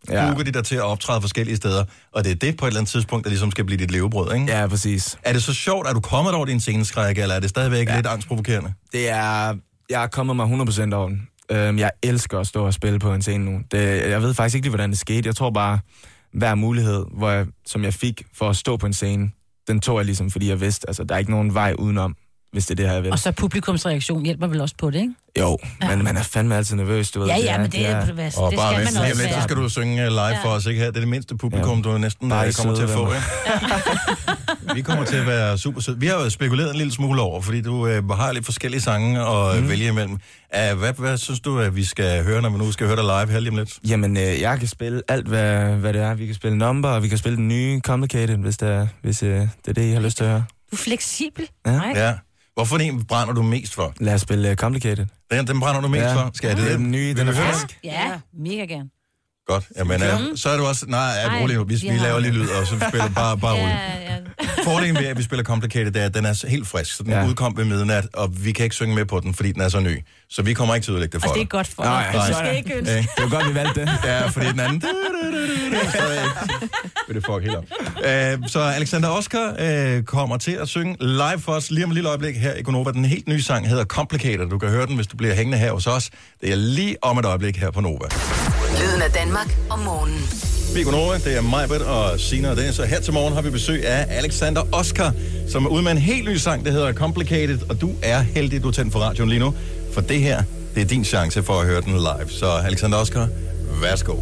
Ja. booker de dig til at optræde forskellige steder, og det er det på et eller andet tidspunkt, der ligesom skal blive dit levebrød, ikke? Ja, præcis. Er det så sjovt, at du kommet over din sceneskræk, eller er det stadigvæk ja. lidt angstprovokerende? Det er... Jeg er kommet mig hundrede procent over den. Øhm, jeg elsker at stå og spille på en scene nu. Det, jeg ved faktisk ikke lige, hvordan det skete. Jeg tror bare, hver mulighed, hvor jeg, som jeg fik for at stå på en scene, den tog jeg ligesom, fordi jeg vidste, altså der er ikke nogen vej udenom, hvis det er det her, jeg vil. Og så publikumsreaktion hjælper vel også på det, ikke? Jo, ja. men man er fandme altid nervøs, du ved. Ja, ja, det er, men det, er, det, er, og det bare skal vent, man også. Lidt, så skal du synge live ja. for os, ikke her? Det er det mindste publikum, ja. du næsten bare kommer til at få, ikke? Vi kommer til at være super søde. Vi har jo spekuleret en lille smule over, fordi du øh, har lidt forskellige sange at mm. vælge imellem. Uh, hvad, hvad synes du, at vi skal høre, når vi nu skal høre dig live her lige om lidt? Jamen, øh, jeg kan spille alt, hvad, hvad det er. Vi kan spille Number, og vi kan spille den nye Complicated, hvis det er, hvis, øh, det, er det, I har lyst til at høre. Du er fleksibel. Ja. ja. Hvorfor en brænder du mest for? Lad os spille uh, Complicated. Den, den brænder du mest ja. for? Skal jeg det? Den nye, den er frisk. Ja, mega gerne. Godt. Jamen, øh, så er du også... Nej, jeg rolig nu. Vi, vi laver lige lyd, og så vi spiller bare, bare roligt. Ja, ja. Fordelen ved, at vi spiller Complicated, det er, at den er helt frisk. Så den ja. udkom ved midnat, og vi kan ikke synge med på den, fordi den er så ny. Så vi kommer ikke til at udlægge det for dig. Og det er godt for dig. dig. Det skal ikke ønske. Det var godt, vi valgte det. Ja, fordi den anden... Så vil det fuck helt op. Uh, så Alexander Oscar uh, kommer til at synge live for os lige om et lille øjeblik her i Gonova. Den helt nye sang hedder Complicated. Du kan høre den, hvis du bliver hængende her hos os. Det er lige om et øjeblik her på Nova. Lyden af Danmark om morgenen. Vi er Gonova, det er Majbert og Sina og Dennis. Så her til morgen har vi besøg af Alexander Oscar, som er ude med en helt ny sang, der hedder Complicated. Og du er heldig, du er tændt for radioen lige nu. For det her, det er din chance for at høre den live. Så Alexander Oscar, værsgo.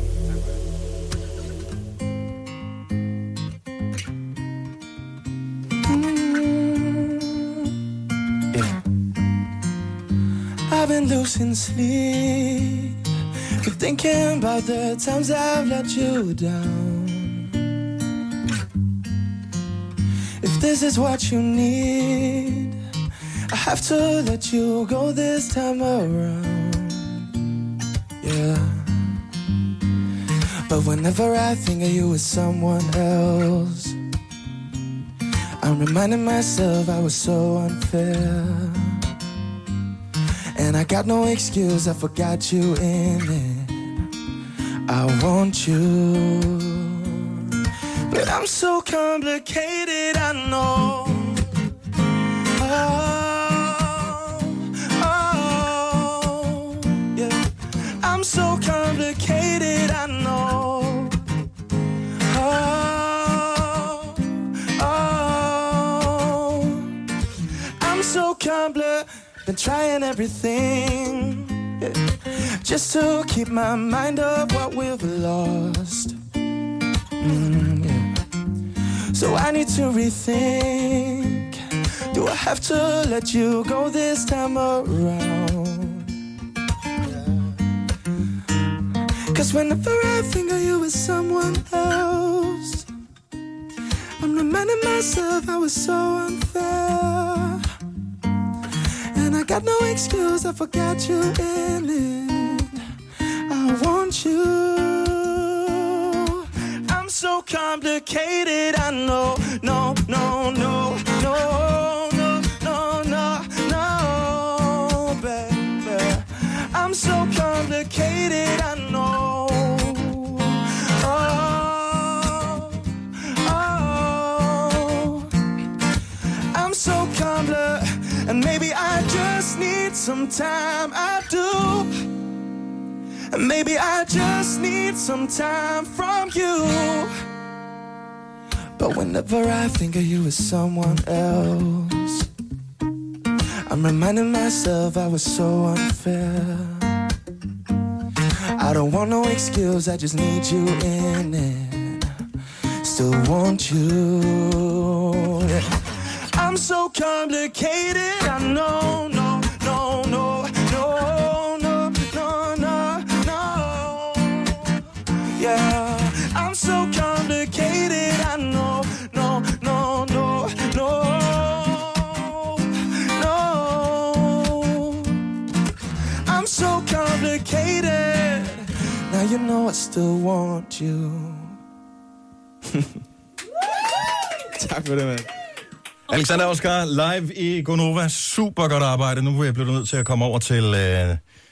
I've been losing sleep, but thinking about the times I've let you down. If this is what you need, I have to let you go this time around. Yeah. But whenever I think of you with someone else, I'm reminding myself I was so unfair. And I got no excuse, I forgot you in it. I want you, but I'm so complicated, I know. Oh, oh, yeah. I'm so complicated, I know. Oh, oh, I'm so complicated. Been trying everything, yeah, just to keep my mind off what we've lost. Mm, yeah. So I need to rethink. Do I have to let you go this time around? Yeah. Cause whenever I think of you with someone else, I'm reminding myself I was so unfair. And I got no excuse, I forgot you in it. I want you. I'm so complicated, I know. No, no, no, no, no, no, no, no, baby. I'm so complicated, I know. Oh, oh, I'm so complicated. And maybe I just need some time, I do. And maybe I just need some time from you. But whenever I think of you as someone else, I'm reminding myself I was so unfair. I don't want no excuse, I just need you in it. Still want you, yeah. I'm so complicated, I know, no, no, no, no, no, no, no, no. Yeah, I'm so complicated, I know, no, no, no, no, no. I'm so complicated. Now you know I still want you. Tak for det, mand. Alexander Oscar, live i Gonova. Super godt arbejde. Nu er jeg blevet nødt til at komme over til, øh,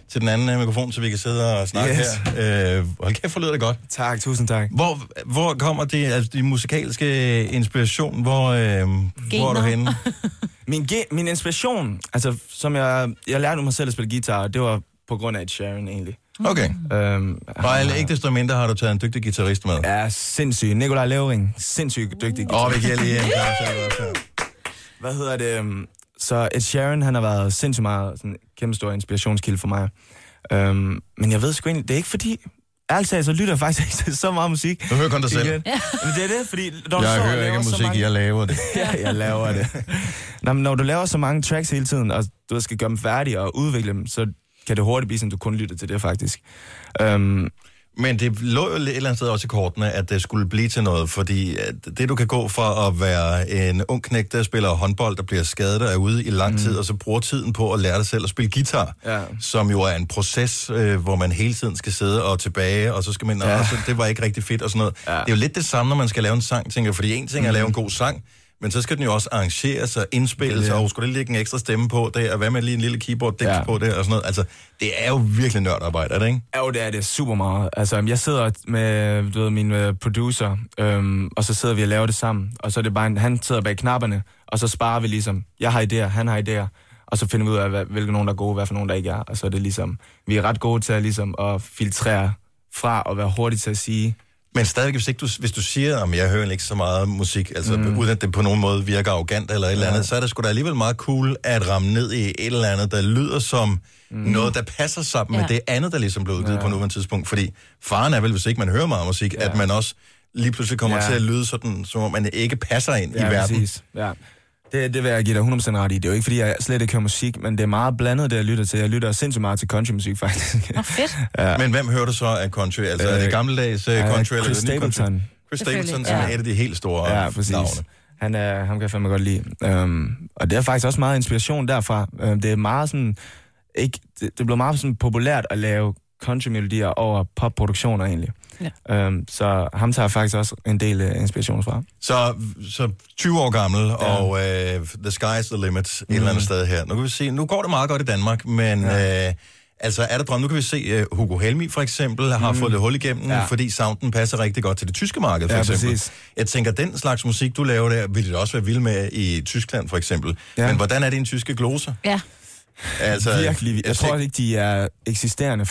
til den anden øh, mikrofon, så vi kan sidde og snakke Yes. her. Øh, hold kæft, for lyder det godt. Tak, tusind tak. Hvor, hvor kommer det, altså de musikalske inspiration? Hvor, øh, hvor er du henne? Min, ge- min inspiration, altså som jeg, jeg lærte mig selv at spille guitar, det var på grund af Ed Sheeran egentlig. Okay. Øhm, Og ikke desto mindre har du taget en dygtig guitarist med. Ja, sindssyg. Nikolaj Levering, sindssygt dygtig Åh, oh, guitarist. vi giver lige en klar til. Hvad hedder det? øhm, Så Ed Sheeran, han har været sindssygt meget sådan en kæmpe stor inspirationskilde for mig. Øhm, men jeg ved sgu egentlig, det er ikke fordi... Ærligt talt, så lytter jeg faktisk ikke til så meget musik. Du hører kun dig selv. Ja. Men det er det, fordi... Når Jeg du hører ikke musik, mange... jeg laver det. Ja, jeg laver det. Nå, men når du laver så mange tracks hele tiden, og du skal gøre dem færdige og udvikle dem, så kan det hurtigt blive sådan, du kun lytter til det, faktisk. Um, Men det lå jo et eller andet sted også i kortene, at det skulle blive til noget, fordi det, du kan gå fra at være en ung knægt, der spiller håndbold, der bliver skadet og er ude i lang tid, mm. og så bruger tiden på at lære dig selv at spille guitar, ja. Som jo er en proces, øh, hvor man hele tiden skal sidde og tilbage, og så skal man, ja. så det var ikke rigtig fedt og sådan noget. Ja. Det er jo lidt det samme, når man skal lave en sang, tænker jeg, fordi en ting er at lave en god sang, men så skal den jo også arrangeres og indspilles, ja. Og skulle det ligge en ekstra stemme på det, og hvad med lige en lille keyboard ja. På det, og sådan noget. Altså, det er jo virkelig nørdarbejde, er det ikke? Ja, jo, det er det super meget. Altså, jeg sidder med, du ved, min uh, producer, øhm, og så sidder vi og laver det sammen, og så er det bare, en, han sidder bag knapperne, og så sparer vi ligesom, jeg har idéer, han har idéer, og så finder vi ud af, hvad, hvilke nogen, der er gode, hvad for nogen, der ikke er, og så er det ligesom, vi er ret gode til at, ligesom, at filtrere fra, og være hurtige til at sige. Men stadigvæk, hvis, ikke du, hvis du siger, at jeg hører ikke så meget musik, altså mm. uden at det på nogen måde virker arrogant eller et ja. Eller andet, så er det sgu da alligevel meget cool at ramme ned i et eller andet, der lyder som mm. noget, der passer sammen ja. Med det andet, der ligesom blev udgivet ja. På nuværende tidspunkt. Fordi faren er vel, hvis ikke man hører meget musik, ja. At man også lige pludselig kommer ja. Til at lyde sådan, som om man ikke passer ind ja, i verden. Præcis. Ja, det, det vil jeg give dig hundrede procent ret i. Det er jo ikke, fordi jeg slet ikke hører musik, men det er meget blandet, det jeg lytter til. Jeg lytter sindssygt meget til countrymusik, faktisk. Åh, fedt. Ja. Men hvem hører du så af country? Altså, øh, er det gammeldags uh, country? Chris eller Stapleton. Chris Stapleton, som ja. Er et af de helt store ja, præcis. Navne. Han er, ham kan jeg fandme godt lide. Um, og det er faktisk også meget inspiration derfra. Um, det er meget sådan... Ikke, det, det er blevet meget sådan populært at lave country-melodier over popproduktioner egentlig. Ja. Um, så ham tager jeg faktisk også en del uh, inspiration fra. Så, så tyve år gammel, ja. Og uh, the sky's the limit mm. et eller andet sted her. Nu kan vi se, nu går det meget godt i Danmark, men... Ja. Uh, Altså, er der drøm? Nu kan vi se, uh, Hugo Helmi for eksempel har mm. fået det hul igennem, ja. Fordi sounden passer rigtig godt til det tyske marked, for ja, eksempel. Præcis. Jeg tænker, den slags musik, du laver der, ville det også være vild med i Tyskland, for eksempel. Ja. Men hvordan er det en tyske gloser? Ja. Altså, virkelig. Jeg, jeg tror ikke, de er eksisterende.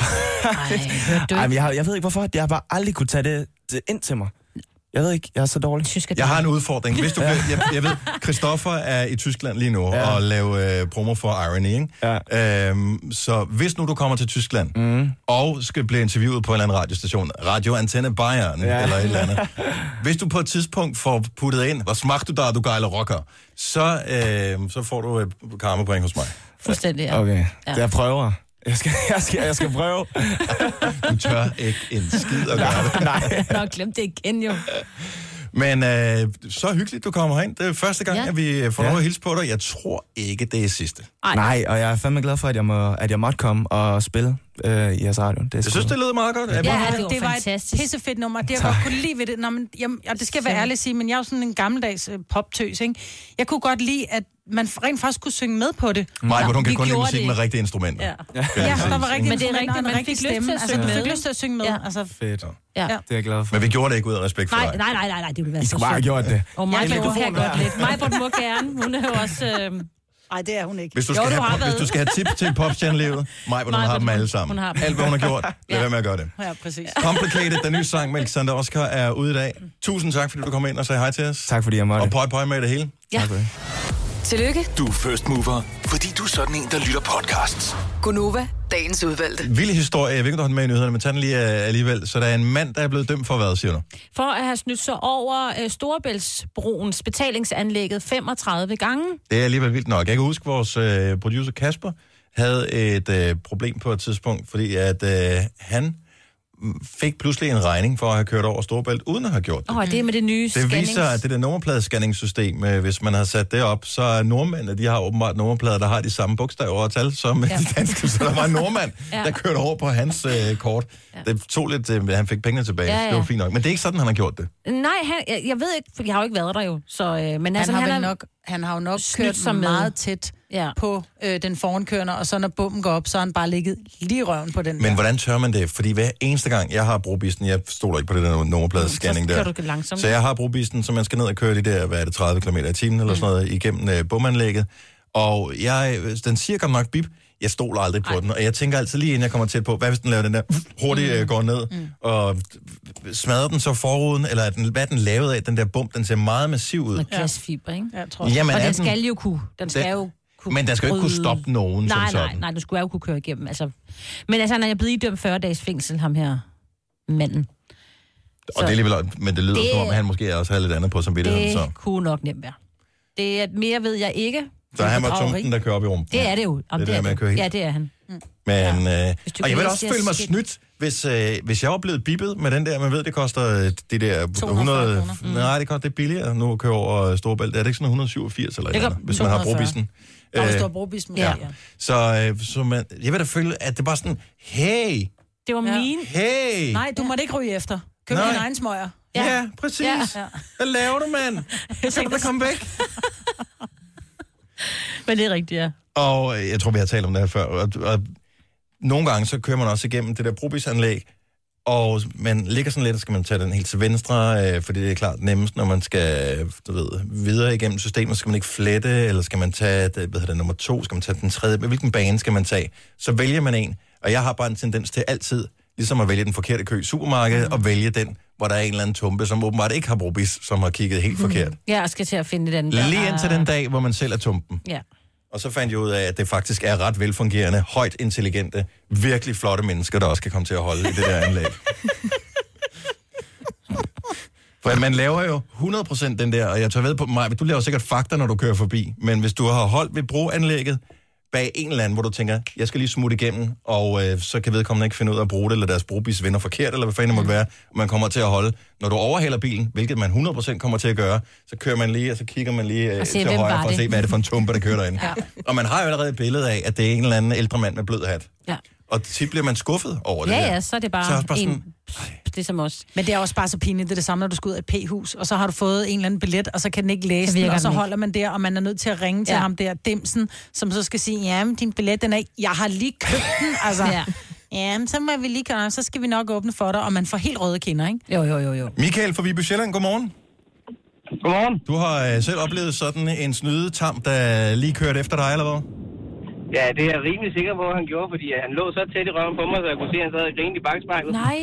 Ej, men jeg, jeg ved ikke, hvorfor. Jeg har bare aldrig kunne tage det, det ind til mig. Jeg ved ikke, jeg er så dårlig. Tysker, jeg har en udfordring. Hvis du ja. jeg, jeg ved, Christoffer er i Tyskland lige nu ja. Og laver øh, promo for Irony, ikke? Ja. Øhm, så hvis nu du kommer til Tyskland mm. og skal blive interviewet på en eller anden radiostation, Radio Antenne Bayern ja. Eller et eller andet. Hvis du på et tidspunkt får puttet ind, hvad smagte du da, du gejle rocker, så, øh, så får du øh, karmapoint hos mig. Fuldstændig, ja. Okay, ja. jeg prøver. Jeg skal, jeg skal, jeg skal prøve. Du tør ikke en skid at gøre det. Nej. Nå, glem det igen jo. Men øh, så hyggeligt, du kommer herind. Det er første gang, ja. At vi får ja. Lov at hilse på dig. Jeg tror ikke, det er sidste. Ej. Nej, og jeg er fandme glad for, at jeg, må, at jeg måtte komme og spille øh, i jeres radio. Det jeg synes, det lyder meget godt. Ja, ja, det var, det var fantastisk. et pissefedt nummer. Det jeg godt kunne lide ved det. Nå, men, jeg, og det skal være ærligt at sige, men jeg er jo sådan en gammeldags øh, poptøs, ikke? Jeg kunne godt lide, at man rent faktisk kunne synge med på det. Nej, hvor hun kan kun lide musik med rigtige instrumenter. Ja, ja der var rigtige men det er rigtigt, man fik lyst til at synge med. Altså, fik lyst til at synge med. Ja. Altså, fedt. Ja. Det er jeg glad for. Men vi gjorde det ikke ud af respekt for nej, dig. Nej, nej, nej, nej, det ville være I så skulle bare have gjort det. Og mig, det kan godt lidt. Mig, må gerne. Hun er jo også... Øh... Nej, det er hun ikke. Hvis du skal, jo, have, du hvis du skal have tips til popstjernelivet, mig, hvor hun har dem alle sammen. Har dem. Alt, hvad hun har gjort, lad ja. Være med at gøre det. Ja, præcis. Complicated, den nye sang med Alexander Oscar, er ude i dag. Tusind tak, fordi du kom ind og sagde hej til os. Tak, fordi jeg måtte. Og pøj, pøj med det hele. Ja. Tak for det. Tillykke. Du er first mover, fordi du er sådan en, der lytter podcasts. Gunova, dagens udvalgte. Vild historie. Jeg ved ikke, om du har den med i nyhederne, men tag den lige alligevel. Så der er en mand, der er blevet dømt for hvad, siger du? For at have snydt sig over uh, Storebæltsbroens betalingsanlægget femogtredive gange. Det er alligevel vildt nok. Jeg kan huske, vores uh, producer Kasper havde et uh, problem på et tidspunkt, fordi at uh, han fik pludselig en regning for at have kørt over Storebælt, uden at have gjort det. Åh, oh, det er med det nye Det scannings... viser, at det der nummerpladescanningssystem, hvis man har sat det op, så er nordmændene, de har åbenbart nummerplader, der har de samme bogstaver og tal som ja. De danske. Så der var en nordmand, ja. Der kørte over på hans øh, kort. Ja. Det tog lidt, øh, han fik pengene tilbage, ja, ja. Det var fint nok. Men det er ikke sådan, han har gjort det. Nej, han, jeg, jeg ved ikke, for jeg har jo ikke været der jo. Så, øh, men han, altså, har han, han, er nok, han har jo nok kørt så meget tæt ja. på øh, den forankørende, og så når bommen går op, så har han bare ligget lige i røven på den Men der. hvordan tør man det? Fordi hver eneste gang, jeg har brugbisten, jeg stoler ikke på det der nummerpladescanning der. Så du langsomt. Så jeg har brugbisten, så man skal ned og køre de der, hvad er det, tredive kilometer i timen eller sådan noget, igennem øh, bomanlægget. Og jeg, den siger godt nok bip, jeg stoler aldrig på Ej. den, og jeg tænker altid lige inden jeg kommer tæt på, hvad hvis den laver den der hurtigt øh, går ned, mm. og smadrer den så forruden, eller er den, hvad er den lavet af, den der bum, den ser meget massiv ud. Med glasfiber, ikke? Ja, tror Jamen, og den den, skal jo kunne, den skal den, jo kunne Men den skal jo ikke kunne stoppe nogen nej, som sådan. Nej, nej, du skulle jo kunne køre igennem. Altså. Men altså, når jeg er blevet idømt fyrre dages fængsel, ham her manden. Og så, det er alligevel, men det lyder det, som om, han måske også har lidt andet på samvittigheden. Det så. kunne nok nemt være. Det er, mere ved jeg ikke. Så han var tumpen, der kører op i rumpen. Det er det jo. Om det, det er med at køre helt. Ja, det er han. Mm. Men, ja. øh, og jeg vil også føle mig snydt, hvis, øh, hvis jeg var blevet bippet med den der, man ved, det koster de der hundrede... Mm. Nej, det koster det billigere nu at køre over Storebælt. Er det ikke sådan et hundrede og syvogfirs eller eller andet, hvis man har brugbisten? Nå, hvis du har brugbisten, ja. ja. Så, øh, så man, jeg vil da føle, at det bare sådan, hey! Det var ja. min. Hey! Nej, du måtte ikke ryge efter. Køb din egen smøger. Ja, ja præcis. Ja. Hvad laver du, mand? Så kan du da komme væk. Men det er rigtigt, ja. Og jeg tror, vi har talt om det her før. Og, og nogle gange, så kører man også igennem det der brobisanlæg, og man ligger sådan lidt, og skal man tage den helt til venstre, øh, fordi det er klart nemmest, når man skal du ved, videre igennem systemet. Skal man ikke flette, eller skal man tage det, hvad det, nummer to, skal man tage den tredje? Hvilken bane skal man tage? Så vælger man en, og jeg har bare en tendens til altid, ligesom at vælge den forkerte kø i supermarkedet, mm. og vælge den, hvor der er en eller anden tumpe, som åbenbart ikke har brobis, som har kigget helt forkert. Ja, jeg skal til at finde den der. Lige indtil den dag, hvor man selv er tumpen. Ja. Og så fandt jeg ud af, at det faktisk er ret velfungerende, højt intelligente, virkelig flotte mennesker, der også kan komme til at holde i det der anlæg. For man laver jo hundrede procent den der, og jeg tager ved på mig, du laver sikkert fakta, når du kører forbi, men hvis du har holdt ved broanlægget, bag en eller anden, hvor du tænker, jeg skal lige smutte igennem, og øh, så kan vedkommende ikke finde ud af at bruge det, eller deres brobis vender forkert, eller hvad fanden det måtte være, og man kommer til at holde. Når du overhaler bilen, hvilket man hundrede procent kommer til at gøre, så kører man lige, og så kigger man lige øh, se, til højre for at se, hvad er det for en tumpe, der kører derinde. Ja. Og man har jo allerede et billede af, at det er en eller anden ældre mand med blød hat. Ja. Og tit bliver man skuffet over ja, det Ja, der. ja, så er det bare, så er det bare en... sådan, det er som os. Men det er også bare så pinligt. Det er det samme, når du skal ud af et P-hus, og så har du fået en eller anden billet, og så kan den ikke læse den, og så holder man der, og man er nødt til at ringe til ja. ham der, dimsen, som så skal sige, ja, men din billet, den er ikke... Jeg har lige købt den, altså. ja. Ja, men så må vi lige gøre, så skal vi nok åbne for dig, og man får helt røde kinder, ikke? Jo, jo, jo, jo. Michael fra Viby Sjælland, godmorgen. Godmorgen. Du har øh, selv oplevet sådan en snydetam, der lige kørte efter dig, eller hvad? Ja, det er jeg rimelig sikker på, at han gjorde, fordi han lå så tæt i røven på mig, så jeg kunne se, at han sad og grinede i bagspejlet. Nej.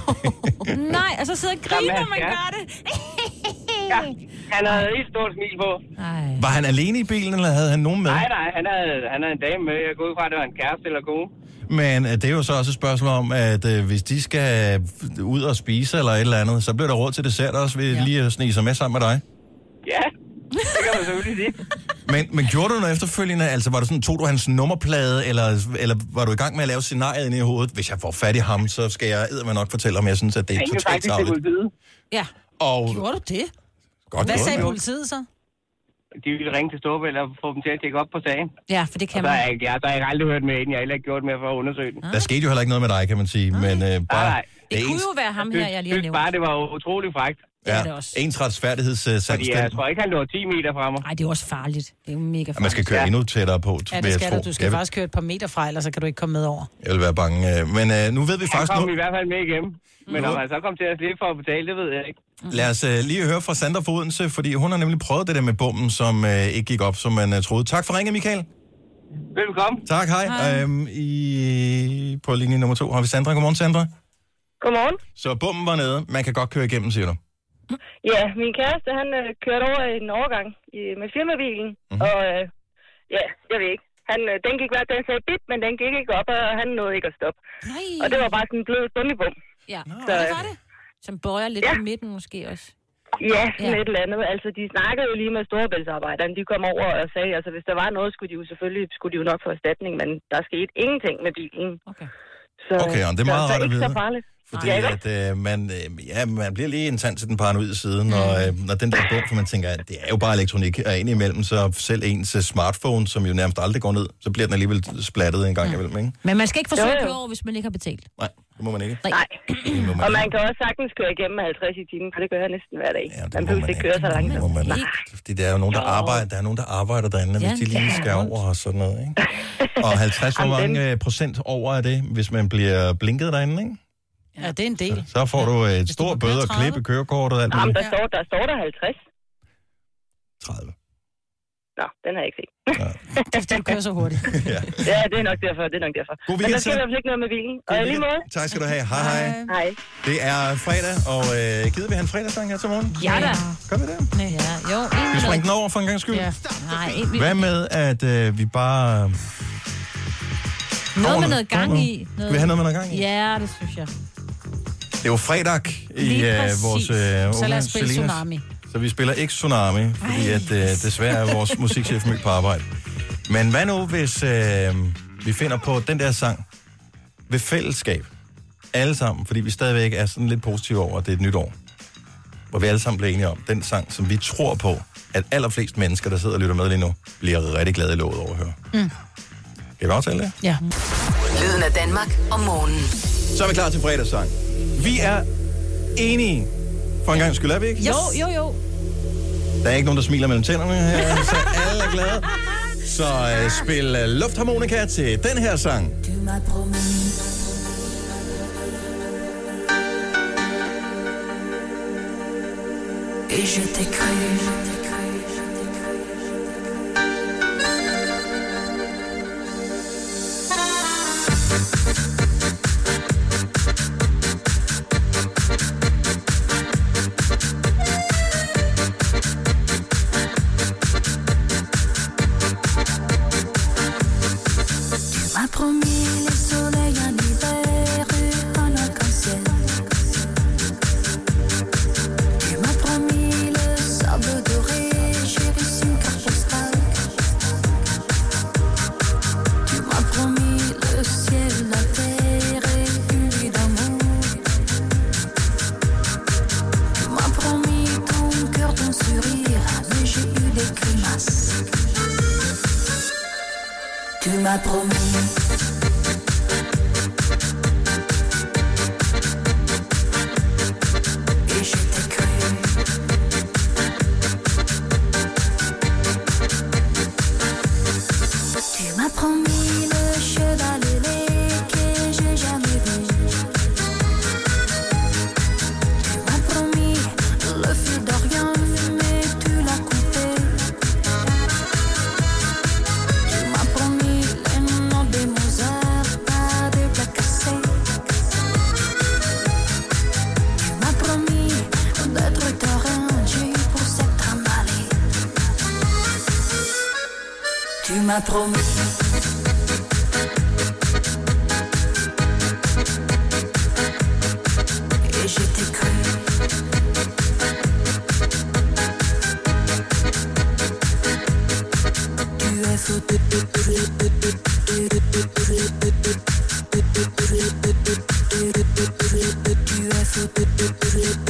Nej, og så sidder og griner, når man ja. gør det. Ja, han havde et stort smil på. Ej. Var han alene i bilen, eller havde han nogen med? Nej, nej, han havde, han havde en dame med. Jeg går ud fra, at det var en kæreste eller kone. Men øh, det er jo så også et spørgsmål om, at øh, hvis de skal ud og spise eller et eller andet, så bliver der råd til dessert også ved ja. lige at snige sig med sammen med dig. Ja, det kan man selvfølgelig sige. Men, men gjorde du noget efterfølgende? Altså, var du sådan, tog du hans nummerplade, eller, eller var du i gang med at lave scenariet inde i hovedet? Hvis jeg får fat i ham, så skal jeg eddermame nok fortælle, om jeg synes, at det er jeg totalt savligt. Ja. Og... Gjorde du det? Godt Hvad sagde det. politiet så? De ville ringe til Storebælt og få dem til at tjekke op på sagen. Ja, for det kan og man. Der er, ja, der har jeg aldrig hørt med en. Jeg har heller ikke gjort mere for at undersøge den. Ah. Der skete jo heller ikke noget med dig, kan man sige. Nej. Men, øh, bare, nej, nej. Det, det kunne jo være ham her, jeg lige har nævnt. bare, det var utrolig frækt. Ja, det også. Ens retfærdighedssans. Fordi jeg tror ikke, han lå ti meter fra mig. Nej, det er også farligt. Det er jo mega farligt. Man skal køre ja. endnu tættere på, ja, det skal du. Du skal jeg faktisk køre et par meter fra, ellers så kan du ikke komme med over. Jeg vil være bange. Men øh, nu ved vi han faktisk... Han kom nu... i hvert fald med igennem. Men om han så kom til at slippe for at betale, det ved jeg ikke. Lad os øh, lige høre fra Sandra fra Odense, fordi hun har nemlig prøvet det der med bomben, som øh, ikke gik op, som man øh, troede. Tak for ringet, Michael. Velkommen. Tak, hej. hej. Øhm, i... På linje nummer to har vi Sandra. Godmorgen, Sandra. Godmorgen. Så bomben var nede. Man kan godt køre igennem, siger du. Ja, min kæreste, han øh, kørte over en overgang i, med firmabilen, mm-hmm. og øh, ja, jeg ved ikke. Han, øh, den gik hvert, den sagde bip, men den gik ikke op, og han nåede ikke at stoppe. Nej. Og det var bare sådan en blød gummibom. Ja, Nå, så, det var det. Som bøjer lidt ja. på midten måske også. Ja, sådan ja. et eller andet. Altså, de snakkede jo lige med Storebæltsarbejderne. De kom over og sagde, altså, hvis der var noget, skulle de jo selvfølgelig skulle de jo nok få erstatning, men der skete ingenting med bilen. Okay. Så, okay, og det er meget så, rart så at vide. Ikke så farligt. Fordi at øh, man, øh, ja, man bliver lige en tand til den paranoide side, når, øh, når den der bum, for man tænker, at det er jo bare elektronik, og indimellem, så selv ens smartphone, som jo nærmest aldrig går ned, så bliver den alligevel splattet en gang ja. imellem, ikke? Men man skal ikke forsøge Jo, at jo. køre over, hvis man ikke har betalt. Nej, det må man ikke. Nej. Og man kan også sagtens køre igennem halvtreds i timen, for det gør jeg næsten hver dag. Ja, man behøver ikke køre så langt. Det må man ikke. Fordi der er jo nogen, der arbejder, der er nogen, der arbejder derinde, Ja, hvis de lige ja. skal over og sådan noget, ikke? Og halvtreds, hvor mange øh, procent over er det, hvis man bliver blinket derinde, ikke? Ja, det er en del. Så får du et stort bøde og klip i kørekortet og alt Jamen, muligt. der står, der står der halvtreds. tredive. Nå, den har jeg ikke set. Det er fordi, du kører så hurtigt. ja. Ja, det er nok derfor, det er nok derfor. God Men weekend, der sker i hvert fald ikke noget med bilen. Og i lige måde. Tak skal du have. Hej, hej. Hej. Det er fredag, og øh, gider vi have en fredagssang her til morgen? Ja da. Gør vi det? Ja, jo. Vi springer den over for en gang skyld. Ja. Nej, en, Hvad med, at øh, vi bare... noget med noget gang i. Skal vi have noget med noget gang i? Ja, det synes jeg. Det er jo fredag i Lige øh, præcis. vores øh, Så lad unge os spille Selinas. Tsunami. Så vi spiller ikke Tsunami, fordi at, øh, desværre er vores musikchef mødt på arbejde. Men hvad nu, hvis øh, vi finder på den der sang ved fællesskab? Alle sammen, fordi vi stadigvæk er sådan lidt positive over, at det er et nyt år. Hvor vi alle sammen bliver enige om den sang, som vi tror på, at allerflest mennesker, der sidder og lytter med lige nu, bliver rigtig glade i låget over at høre. Mm. Kan vi aftale det? Ja. Lyden af Danmark om morgenen. Så er vi klar til fredagssang. Vi er enige. For en gang skyld er vi ikke? Jo, jo, jo. Der er ikke nogen, der smiler mellem tænderne her, så alle er glade. Så uh, spil uh, luftharmonika til den her sang. Tu m'as promis. Et je t'ai cru. Tu m'as promis le soleil en hiver et un arc-en-ciel. Tu m'as promis le sable doré, j'ai reçu une carte postale. Tu m'as promis le ciel, la terre et une vie d'amour. Tu m'as promis ton cœur, ton sourire, mais j'ai eu des grimaces. Tu m'as promis. Et je t'ai cru. Tu m'as promis le cheval ailé que j'ai jamais vu. Tu m'as promis le fil d'Orient, mais tu l'as coupé. Tu m'as promis les noms des Mozart, pas des plats cassés. Tu m'as promis d'être ta reine, j'ai eu pour s'être emballé. Tu m'as promis. Et je t'ai cru. Tu es fou. Tu es fou.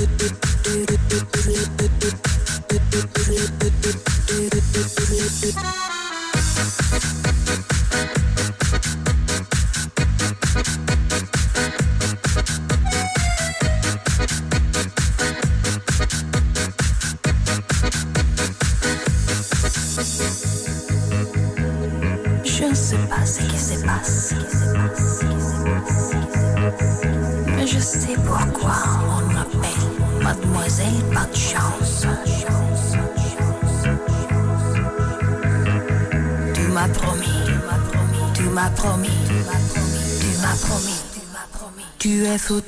Je ne sais pas ce qui se passe, mais je sais pourquoi on m'appelle Mademoiselle Pas de Chance. Tu m'as promis, tu m'as promis, tu m'as promis, tu es fou.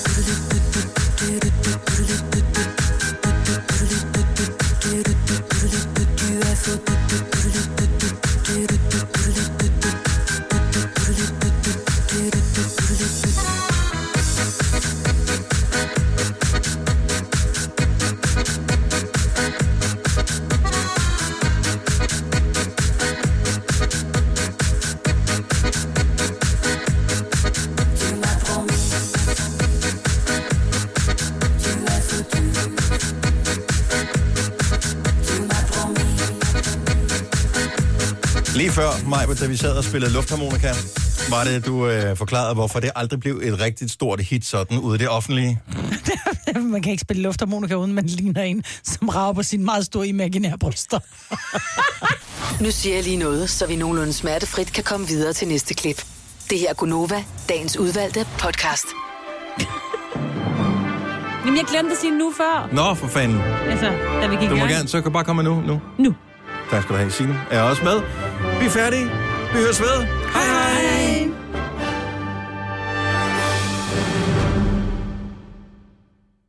Tu es fou. Tu m'as promis. Lige før, Maja, da vi sad og spillede luftharmonika, var det, du øh, forklarede, hvorfor det aldrig blev et rigtig stort hit sådan ude i det offentlige. Man kan ikke spille luftharmonika, uden man ligner en, som rager på sine meget store imaginære bryster. Nu siger jeg lige noget, så vi nogenlunde smertefrit kan komme videre til næste klip. Det her er Gunova, dagens udvalgte podcast. Jamen, jeg glemte at sige nu før. Nå, for fanden. Altså, da vi gik Du må i gang. gerne, så kan bare komme nu. Nu. Nu. Tak skal du have, Signe. Er også med. Vi er færdige. Vi høres ved. Hej hej. Hej.